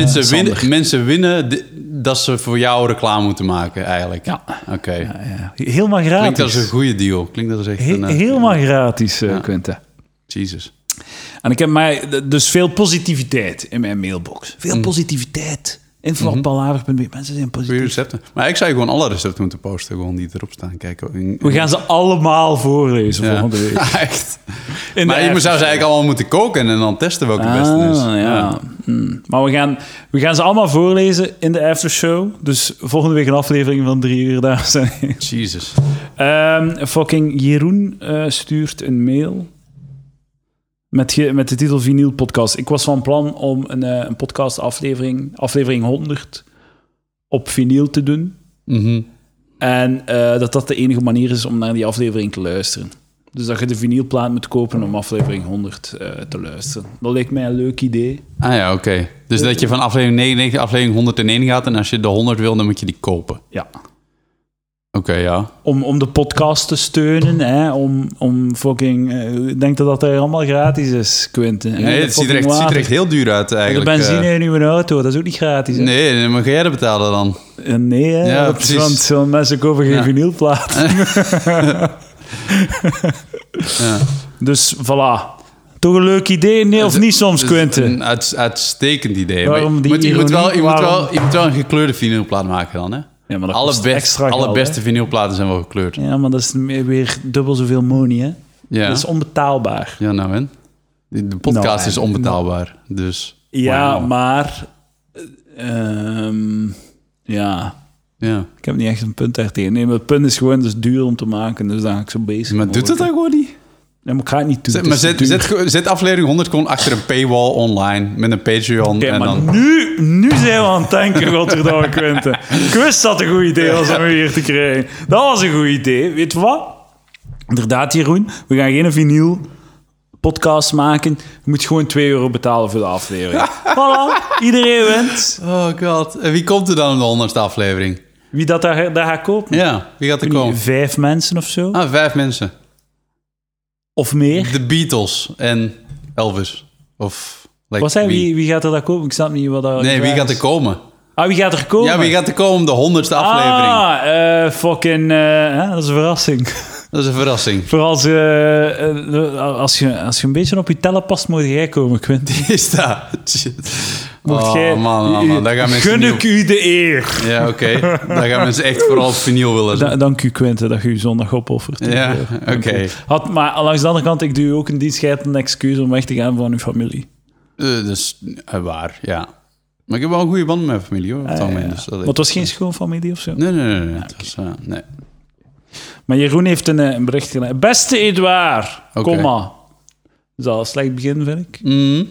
mensen winnen dat ze voor jou reclame moeten maken, eigenlijk. Ja. Oké. Ja. Helemaal gratis. Klinkt als een goede deal. Klinkt als echt helemaal gratis, Quinte. Jesus. En ik heb dus veel positiviteit in mijn mailbox. Veel positiviteit. Info@palaver.be. Mensen zijn positief. Goeie recepten. Maar ik zou je gewoon alle recepten moeten posten, gewoon die erop staan. Kijken. We gaan ze allemaal voorlezen volgende week. Echt. Maar je zou ze eigenlijk allemaal moeten koken en dan testen welke het beste is. Ja. Maar we gaan ze allemaal voorlezen in de aftershow. Dus volgende week een aflevering van 3 uur, dames en heren. Jesus. Fucking Jeroen stuurt een mail met de titel Vinyl Podcast. Ik was van plan om een podcast aflevering 100, op vinyl te doen. Mm-hmm. En dat de enige manier is om naar die aflevering te luisteren. Dus dat je de vinylplaat moet kopen om aflevering 100 te luisteren. Dat leek mij een leuk idee. Ah ja, oké. Dus dat je van aflevering 99 aflevering 101 gaat en als je de 100 wil, dan moet je die kopen. Ja. Oké, ja. Om de podcast te steunen, hè? Om fucking... ik denk dat er allemaal gratis is, Quinten. Nee, het ziet er echt heel duur uit, eigenlijk. De benzine in uw auto, dat is ook niet gratis, hè? Nee, maar ga jij dat betalen dan? Nee, hè? Ja, want veel mensen kopen geen vinylplaat. Ja. Dus, voilà. Toch een leuk idee? Nee, of niet soms, Quinten? Een uitstekend idee. Waarom je moet wel een gekleurde vinylplaat maken dan, hè? Ja, maar dat alle beste vinylplaten zijn wel gekleurd. Ja, maar dat is weer dubbel zoveel money, hè? Ja. Dat is onbetaalbaar. Ja, nou en? De podcast is onbetaalbaar, dus... Ja, maar... ja... Ik heb niet echt een punt daartegen. Nee, maar het punt is gewoon, het is duur om te maken, dus daar ga ik zo bezig. Maar doet dat dan gewoon niet? Nee, maar ik ga het niet doen. Zet aflevering 100 gewoon achter een paywall online, met een Patreon. Okay, en maar dan... nu zijn we aan het denken, godverdomme Quinten. Ik wist dat het een goed idee was om hier te krijgen. Dat was een goed idee. Weet je wat? Inderdaad, Jeroen, we gaan geen vinyl podcast maken. Je moet gewoon €2 betalen voor de aflevering. Voilà, iedereen wint. Oh god. En wie komt er dan in de 100ste aflevering? Wie dat gaat kopen? Ja, wie gaat er komen? 5 mensen of zo. 5 mensen. Of meer. De Beatles en Elvis. Of wat zei wie gaat er daar komen? Ik snap niet wat dat... Nee, wie gaat er komen? Wie gaat er komen? Ja, wie gaat er komen om de 100ste aflevering? Dat is een verrassing. Dat is een verrassing. Vooral als je een beetje op je tellen past, moet jij komen, Quinten. Is dat? Man. Daar gaan mensen gun ik u de eer. Ja, oké. Daar gaan mensen echt vooral op vinyl willen zijn. Dank u, Quinten, dat je u zondag opoffert. Ja, oké. Maar langs de andere kant, ik doe u ook een dienstscheidende excuus om weg te gaan van uw familie. Dus waar, ja. Maar ik heb wel een goede band met mijn familie, hoor. Dus maar het was geen schoonfamilie of zo? Nee. Het was, nee. Maar Jeroen heeft een bericht gedaan. Beste Edouard, komma. Dat is al een slecht begin, vind ik.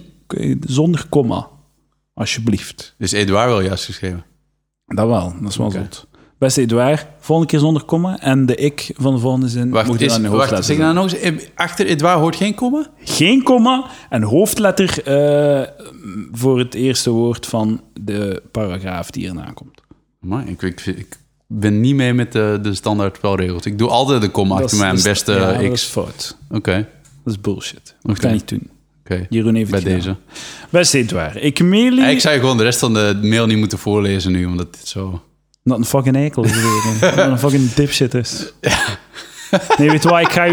Zonder komma. Alsjeblieft. Dus Edouard wel juist geschreven? Dat wel, dat is wel zot. Beste Edouard, volgende keer zonder komma. En de ik van de volgende zin moet je aan de hoofdletter zeg nou nog eens. Achter Edouard hoort geen komma? Geen komma en hoofdletter voor het eerste woord van de paragraaf die erna komt. Maar ik ben niet mee met de standaard spelregels. Ik doe altijd de komma achter mijn beste X. Dat is fout. Oké. Dat is bullshit. Dat kan niet doen. Okay. Jeroen heeft bij het deze. Beste Edouard, ik mail u... Ik zou gewoon de rest van de mail niet moeten voorlezen nu, omdat dit zo... Dat een fucking eikel is weer. Dat een fucking dipshit is. Ja. Nee, weet je wat? Ik ga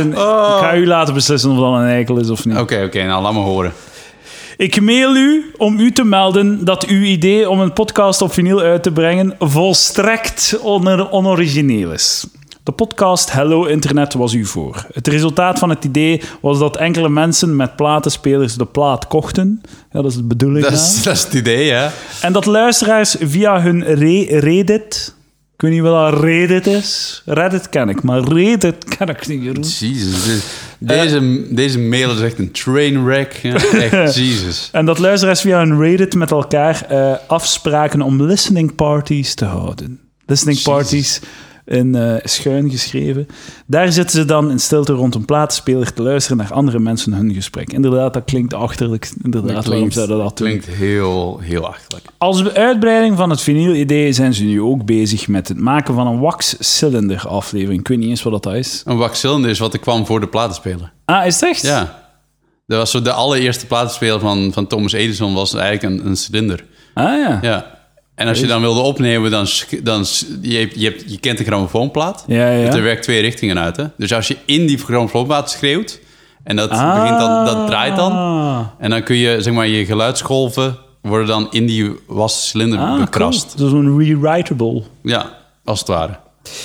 u laten beslissen of dat een eikel is of niet. Oké, nou laat me horen. Ik mail u om u te melden dat uw idee om een podcast op vinyl uit te brengen volstrekt onorigineel is. De podcast Hello Internet was u voor. Het resultaat van het idee was dat enkele mensen met platenspelers de plaat kochten. Ja, dat is de bedoeling. Dat is het idee, hè? En dat luisteraars via hun Reddit... Ik weet niet wat dat Reddit is. Reddit ken ik, maar Reddit ken ik niet, Jeroen. Jezus, deze mail is echt een trainwreck. Ja, echt, Jesus. En dat luisteraars via hun Reddit met elkaar afspraken om listening parties te houden. Listening parties... in schuin geschreven. Daar zitten ze dan in stilte rond een platenspeler te luisteren naar andere mensen hun gesprek. Inderdaad, dat klinkt achterlijk. Inderdaad, waarom zouden dat doen? Klinkt heel, heel achterlijk. Als uitbreiding van het vinyl-idee zijn ze nu ook bezig met het maken van een wax-cylinder-aflevering. Ik weet niet eens wat dat is. Een wax-cylinder is wat er kwam voor de platenspeler. Ah, is het echt? Ja. Dat was zo de allereerste platenspeler van Thomas Edison, was eigenlijk een cilinder. Ah, ja. Ja. En als je dan wilde opnemen, dan je kent de grammofoonplaat. Ja. Er werkt 2 richtingen uit. Hè? Dus als je in die grammofoonplaat schreeuwt, en dat begint dan, dat draait dan, en dan kun je, zeg maar, je geluidsgolven worden dan in die wascilinder bekrast. Cool. Dat is een rewritable. Ja, als het ware.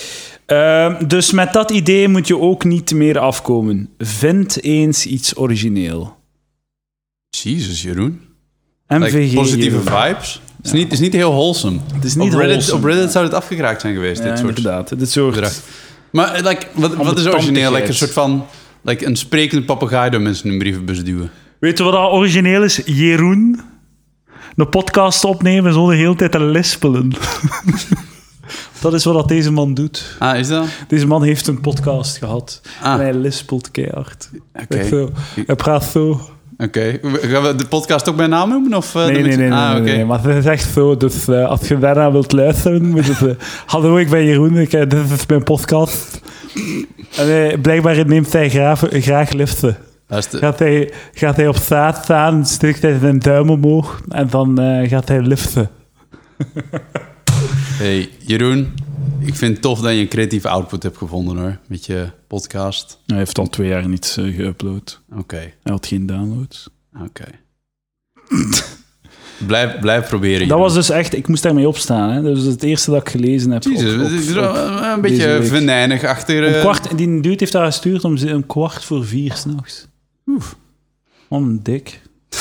Dus met dat idee moet je ook niet meer afkomen. Vind eens iets origineel. Jezus, Jeroen. MVG, positieve Jeroen. vibes. Het is niet heel wholesome. Het is niet op Reddit zou het afgekraakt zijn geweest, dit soort. Inderdaad. Dit soort... Maar wat is origineel? Een soort van... een sprekende papegaai door mensen in een brievenbus duwen. Weet je wat dat origineel is? Jeroen. Een podcast opnemen zonder de hele tijd te lispelen. Dat is wat deze man doet. Ah, is dat? Deze man heeft een podcast gehad. En hij lispelt keihard. Oké. Hij praat zo... Oké. Gaan we de podcast ook bij naam noemen? Of, nee, maar het is echt zo. Dus als je daarna wilt luisteren, moet het... Hallo, ik ben Jeroen. Dit is mijn podcast. En blijkbaar neemt hij graag liften. Gaat hij op straat staan, steekt hij zijn duim omhoog en dan gaat hij liften. Hey, Jeroen. Ik vind het tof dat je een creatieve output hebt gevonden, hoor. Met je podcast. Hij heeft al 2 jaar niets geüpload. Oké. Hij had geen downloads. Oké. Blijf proberen. Dat was dus echt... Ik moest daarmee opstaan. Hè. Dat was het eerste dat ik gelezen heb. Een beetje venijnig achter... Die dude heeft daar gestuurd om 3:15 s'nachts. Oef. Om dik.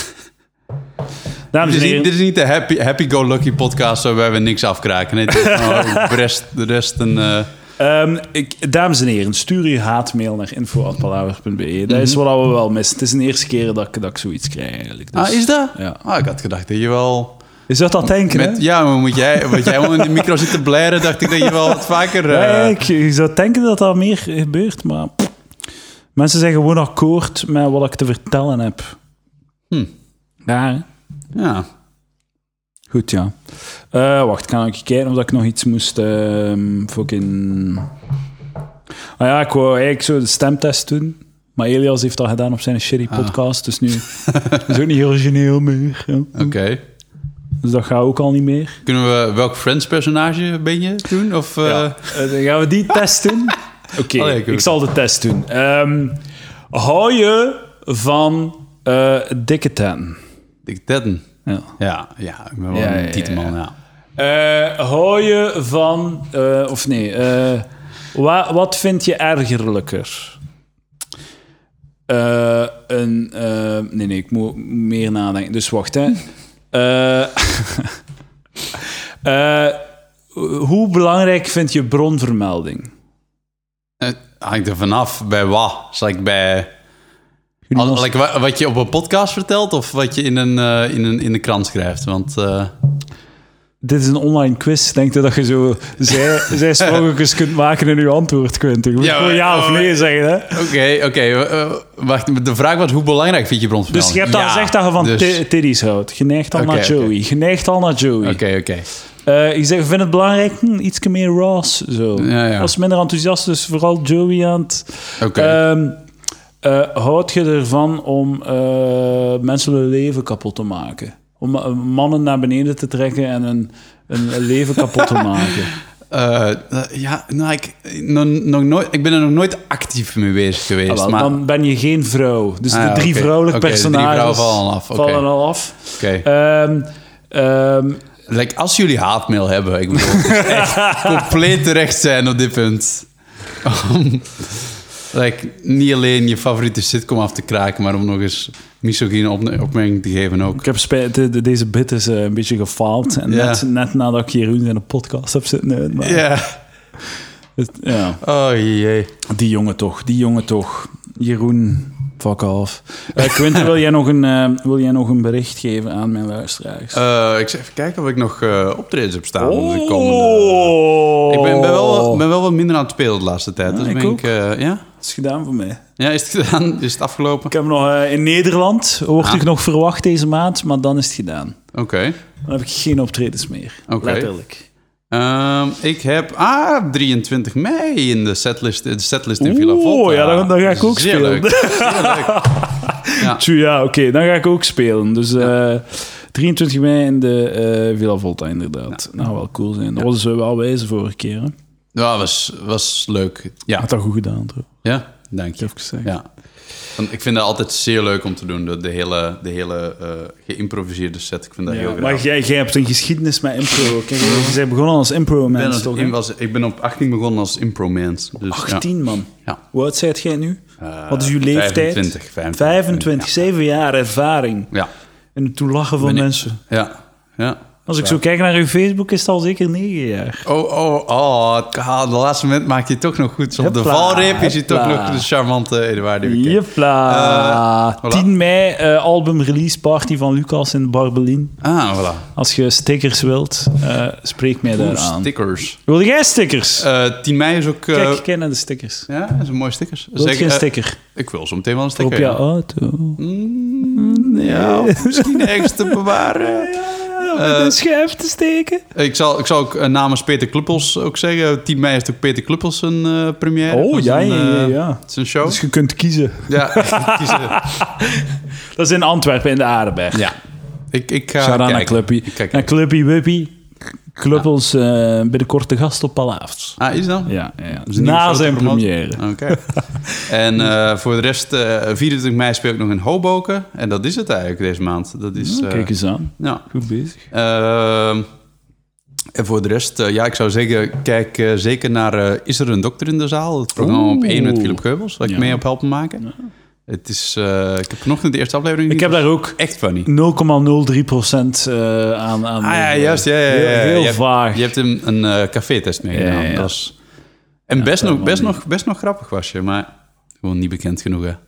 Dit is niet de happy-go-lucky podcast waarbij we niks afkraken. Nee, de rest een... dames en heren, stuur je haatmail naar info@palaver.be. Dat is wat we wel missen. Het is de eerste keer dat ik zoiets krijg, eigenlijk. Dus, is dat? Ja. Ik had gedacht dat je wel... Je zou dat denken, hè? Ja, maar wat jij onder de micro zit te blaren, dacht ik dat je wel wat vaker... Je zou denken dat dat meer gebeurt, maar... Mensen zijn gewoon akkoord met wat ik te vertellen heb. Ja, hè? Ja. Goed, ja. Wacht, ik ga even kijken of ik nog iets moest... fucking... ik wou eigenlijk zo de stemtest doen. Maar Elias heeft dat gedaan op zijn shitty podcast. Dus nu is ook niet origineel meer. Ja. Oké. Dus dat gaat ook al niet meer. Kunnen we... Welk Friends-personage ben je doen? Of, dan gaan we die test doen. Oké, ik zal de test doen. Hou je van dikke tetten? Dikke tetten? Ja. Ik ben wel een tieteman, ja. Hou je van... of nee... wat vind je ergerlijker? Nee, ik moet meer nadenken. Dus wacht, hè. Hoe belangrijk vind je bronvermelding? Hangt er vanaf bij wat? Zal ik bij... wat je op een podcast vertelt of wat je in de krant schrijft? Want... Dit is een online quiz. Denk je dat je zo zijsprongjes kunt maken in je antwoord, Quinten? Je moet gewoon ja of nee zeggen, hè? Oké. Wacht, de vraag was, hoe belangrijk vind je bronvermelding? Dus je hebt al gezegd dat je van titties houdt. Je neigt al naar Joey. Je neigt al naar Joey. Oké. Ik zeg, vind het belangrijk? Iets meer Ross. Zo. Ja. Was minder enthousiast, dus vooral Joey aan het... houd je ervan om mensen hun leven kapot te maken? Om mannen naar beneden te trekken en een leven kapot te maken? Ik ben er nog nooit actief mee bezig geweest. Maar... Dan ben je geen vrouw. Dus de drie vrouwelijke personages vallen al af. Als jullie haatmail hebben, ik bedoel, echt compleet terecht zijn op dit punt. Niet alleen je favoriete sitcom af te kraken, maar om nog eens misogyne opmerking te geven ook. Ik heb spijt, deze bit is een beetje gefaald. En net nadat ik Jeroen in een podcast heb zitten. Oh jee. Die jongen toch. Jeroen, fuck off. Quinten, wil jij nog een bericht geven aan mijn luisteraars? Ik zal even kijken of ik nog optredens heb staan. De komende... Ik ben wel wat minder aan het spelen de laatste tijd. Dus Het is gedaan voor mij. Ja, is het gedaan? Is het afgelopen? Ik heb nog in Nederland, wordt ik nog verwacht deze maand, maar dan is het gedaan. Oké. Dan heb ik geen optredens meer. Letterlijk. Ik heb 23 mei in de setlist in Villa Volta. Ja, dan ga ik ook Zeer spelen. Leuk. Zeer leuk. Oké, dan ga ik ook spelen. Dus 23 mei in de Villa Volta, inderdaad. Nou, wel cool zijn. Dat was wel wijze vorige keer, hè? Ja, was leuk. Ja. Had dat goed gedaan, toch? Ja, dank je. Ja. Want ik vind dat altijd zeer leuk om te doen, de hele geïmproviseerde set. Ik vind dat heel graag. Maar jij hebt een geschiedenis met impro. Kijk, je bent begonnen als impro-mens, toch? Ik ben op 18 begonnen als impro-mens. Dus, 18, man? Ja. Hoe oud zijt jij nu? Wat is uw leeftijd? 25. 7 jaar ervaring. Ja. En het toelachen van mensen. Ja. Als ik zo kijk naar uw Facebook, is het al zeker 9 jaar. De laatste moment maakt hij toch nog goed. Op de valreep is hij toch nog de charmante Eduard. Jepla. 10 mei, album release party van Lucas in Barbelin. Voilà. Als je stickers wilt, spreek mij daar aan. Stickers. Wil jij stickers? 10 mei is ook... Kijk naar de stickers. Ja, dat zijn mooie stickers. Wil je een sticker? Ik wil zo meteen wel een sticker. Op je auto. Misschien ergens te bewaren. Met een schijf te steken. Ik zal ook namens Peter Kluppels ook zeggen. 10 mei is ook Peter Kluppels een première. Ja. Het is een show. Dus je kunt kiezen. Ja, kiezen. Dat is in Antwerpen, in de Aardenberg. Ja. Ik ga kijken. naar Cluppy. Naar Cluppy Wuppy. Kluppels binnenkort de gast op Palaafs. Is dat? Ja. Dus na zijn première. Oké. En voor de rest, 24 mei speel ik nog in Hoboken. En dat is het eigenlijk deze maand. Dat is, kijk eens aan. Ja. Goed bezig. En voor de rest, ik zou zeggen, kijk zeker naar Is er een dokter in de zaal? Het programma op 1 met Philip Geubels, waar ik mee heb helpen maken. Ja. Het is, ik heb vanochtend de eerste aflevering gezien. Ik heb daar ook echt funny. 0,03% aan. Juist. Ja. Heel vaag. Je hebt een café-test meegedaan. Ja. Dat is, en best nog grappig was je, maar gewoon niet bekend genoeg, hè.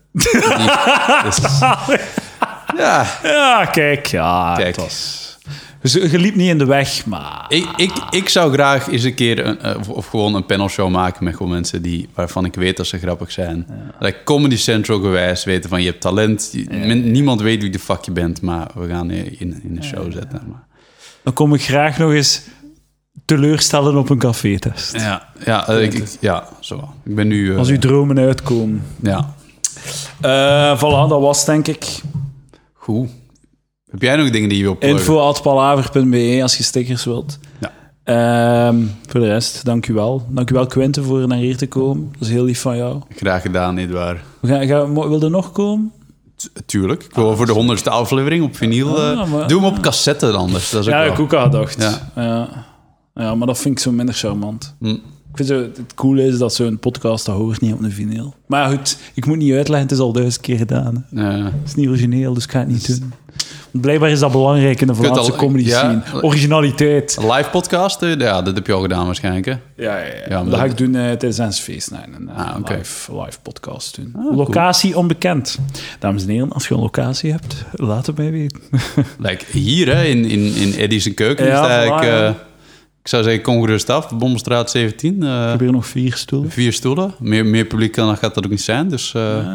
Kijk. Het was... Dus je liep niet in de weg, maar... Ik zou graag eens een keer of gewoon een panelshow maken met gewoon mensen waarvan ik weet dat ze grappig zijn. Ja. Dat Comedy Central gewijs weten van je hebt talent. Niemand weet wie de fuck je bent, maar we gaan je in een show zetten. Maar. Dan kom ik graag nog eens teleurstellen op een café-test. Zo. Ik ben nu... Als uw dromen uitkomen. Ja. Voilà, dat was denk ik... Goed. Heb jij nog dingen die je wil pluggen? info@palaver.be als je stickers wilt. Ja. Voor de rest, dank u wel. Dank u wel, Quinten, voor naar hier te komen. Dat is heel lief van jou. Graag gedaan, Edouard. Wil er nog komen? Tuurlijk. Ik wil voor de 100ste aflevering op vinyl... Doe hem op cassette anders. Dat is ook ik ook al gedacht. Ja, maar dat vind ik zo minder charmant. Ik vind het coole is dat zo'n podcast dat hoort niet op een vinyl. Maar goed, ik moet niet uitleggen, het is al 1000 keer gedaan. Hè. Ja. Het is niet origineel, dus ik ga het niet doen. Blijkbaar is dat belangrijk in de Vlaamse comedy scene. Originaliteit. Een live podcast, ja, dat heb je al gedaan waarschijnlijk, hè? Ja, dat ga ik doen tijdens ons feest. Een live podcast doen. Locatie cool. Onbekend. Dames en heren, als je een locatie hebt, laat het mij weten. Like hier, hè, in Eddie's keuken. Ja, is eigenlijk, ik zou zeggen, kom gerust af. Bommenstraat 17. Ik heb hier nog 4 stoelen. 4 stoelen. Meer publiek dan gaat dat ook niet zijn. Dus,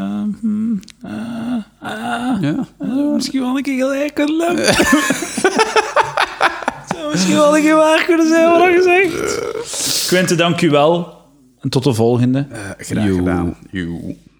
misschien wel een keer gelijk kunnen lopen. Zou misschien wel een keer waar kunnen zijn wat er gezegd. Quinte, dank u wel. En tot de volgende. Graag gedaan.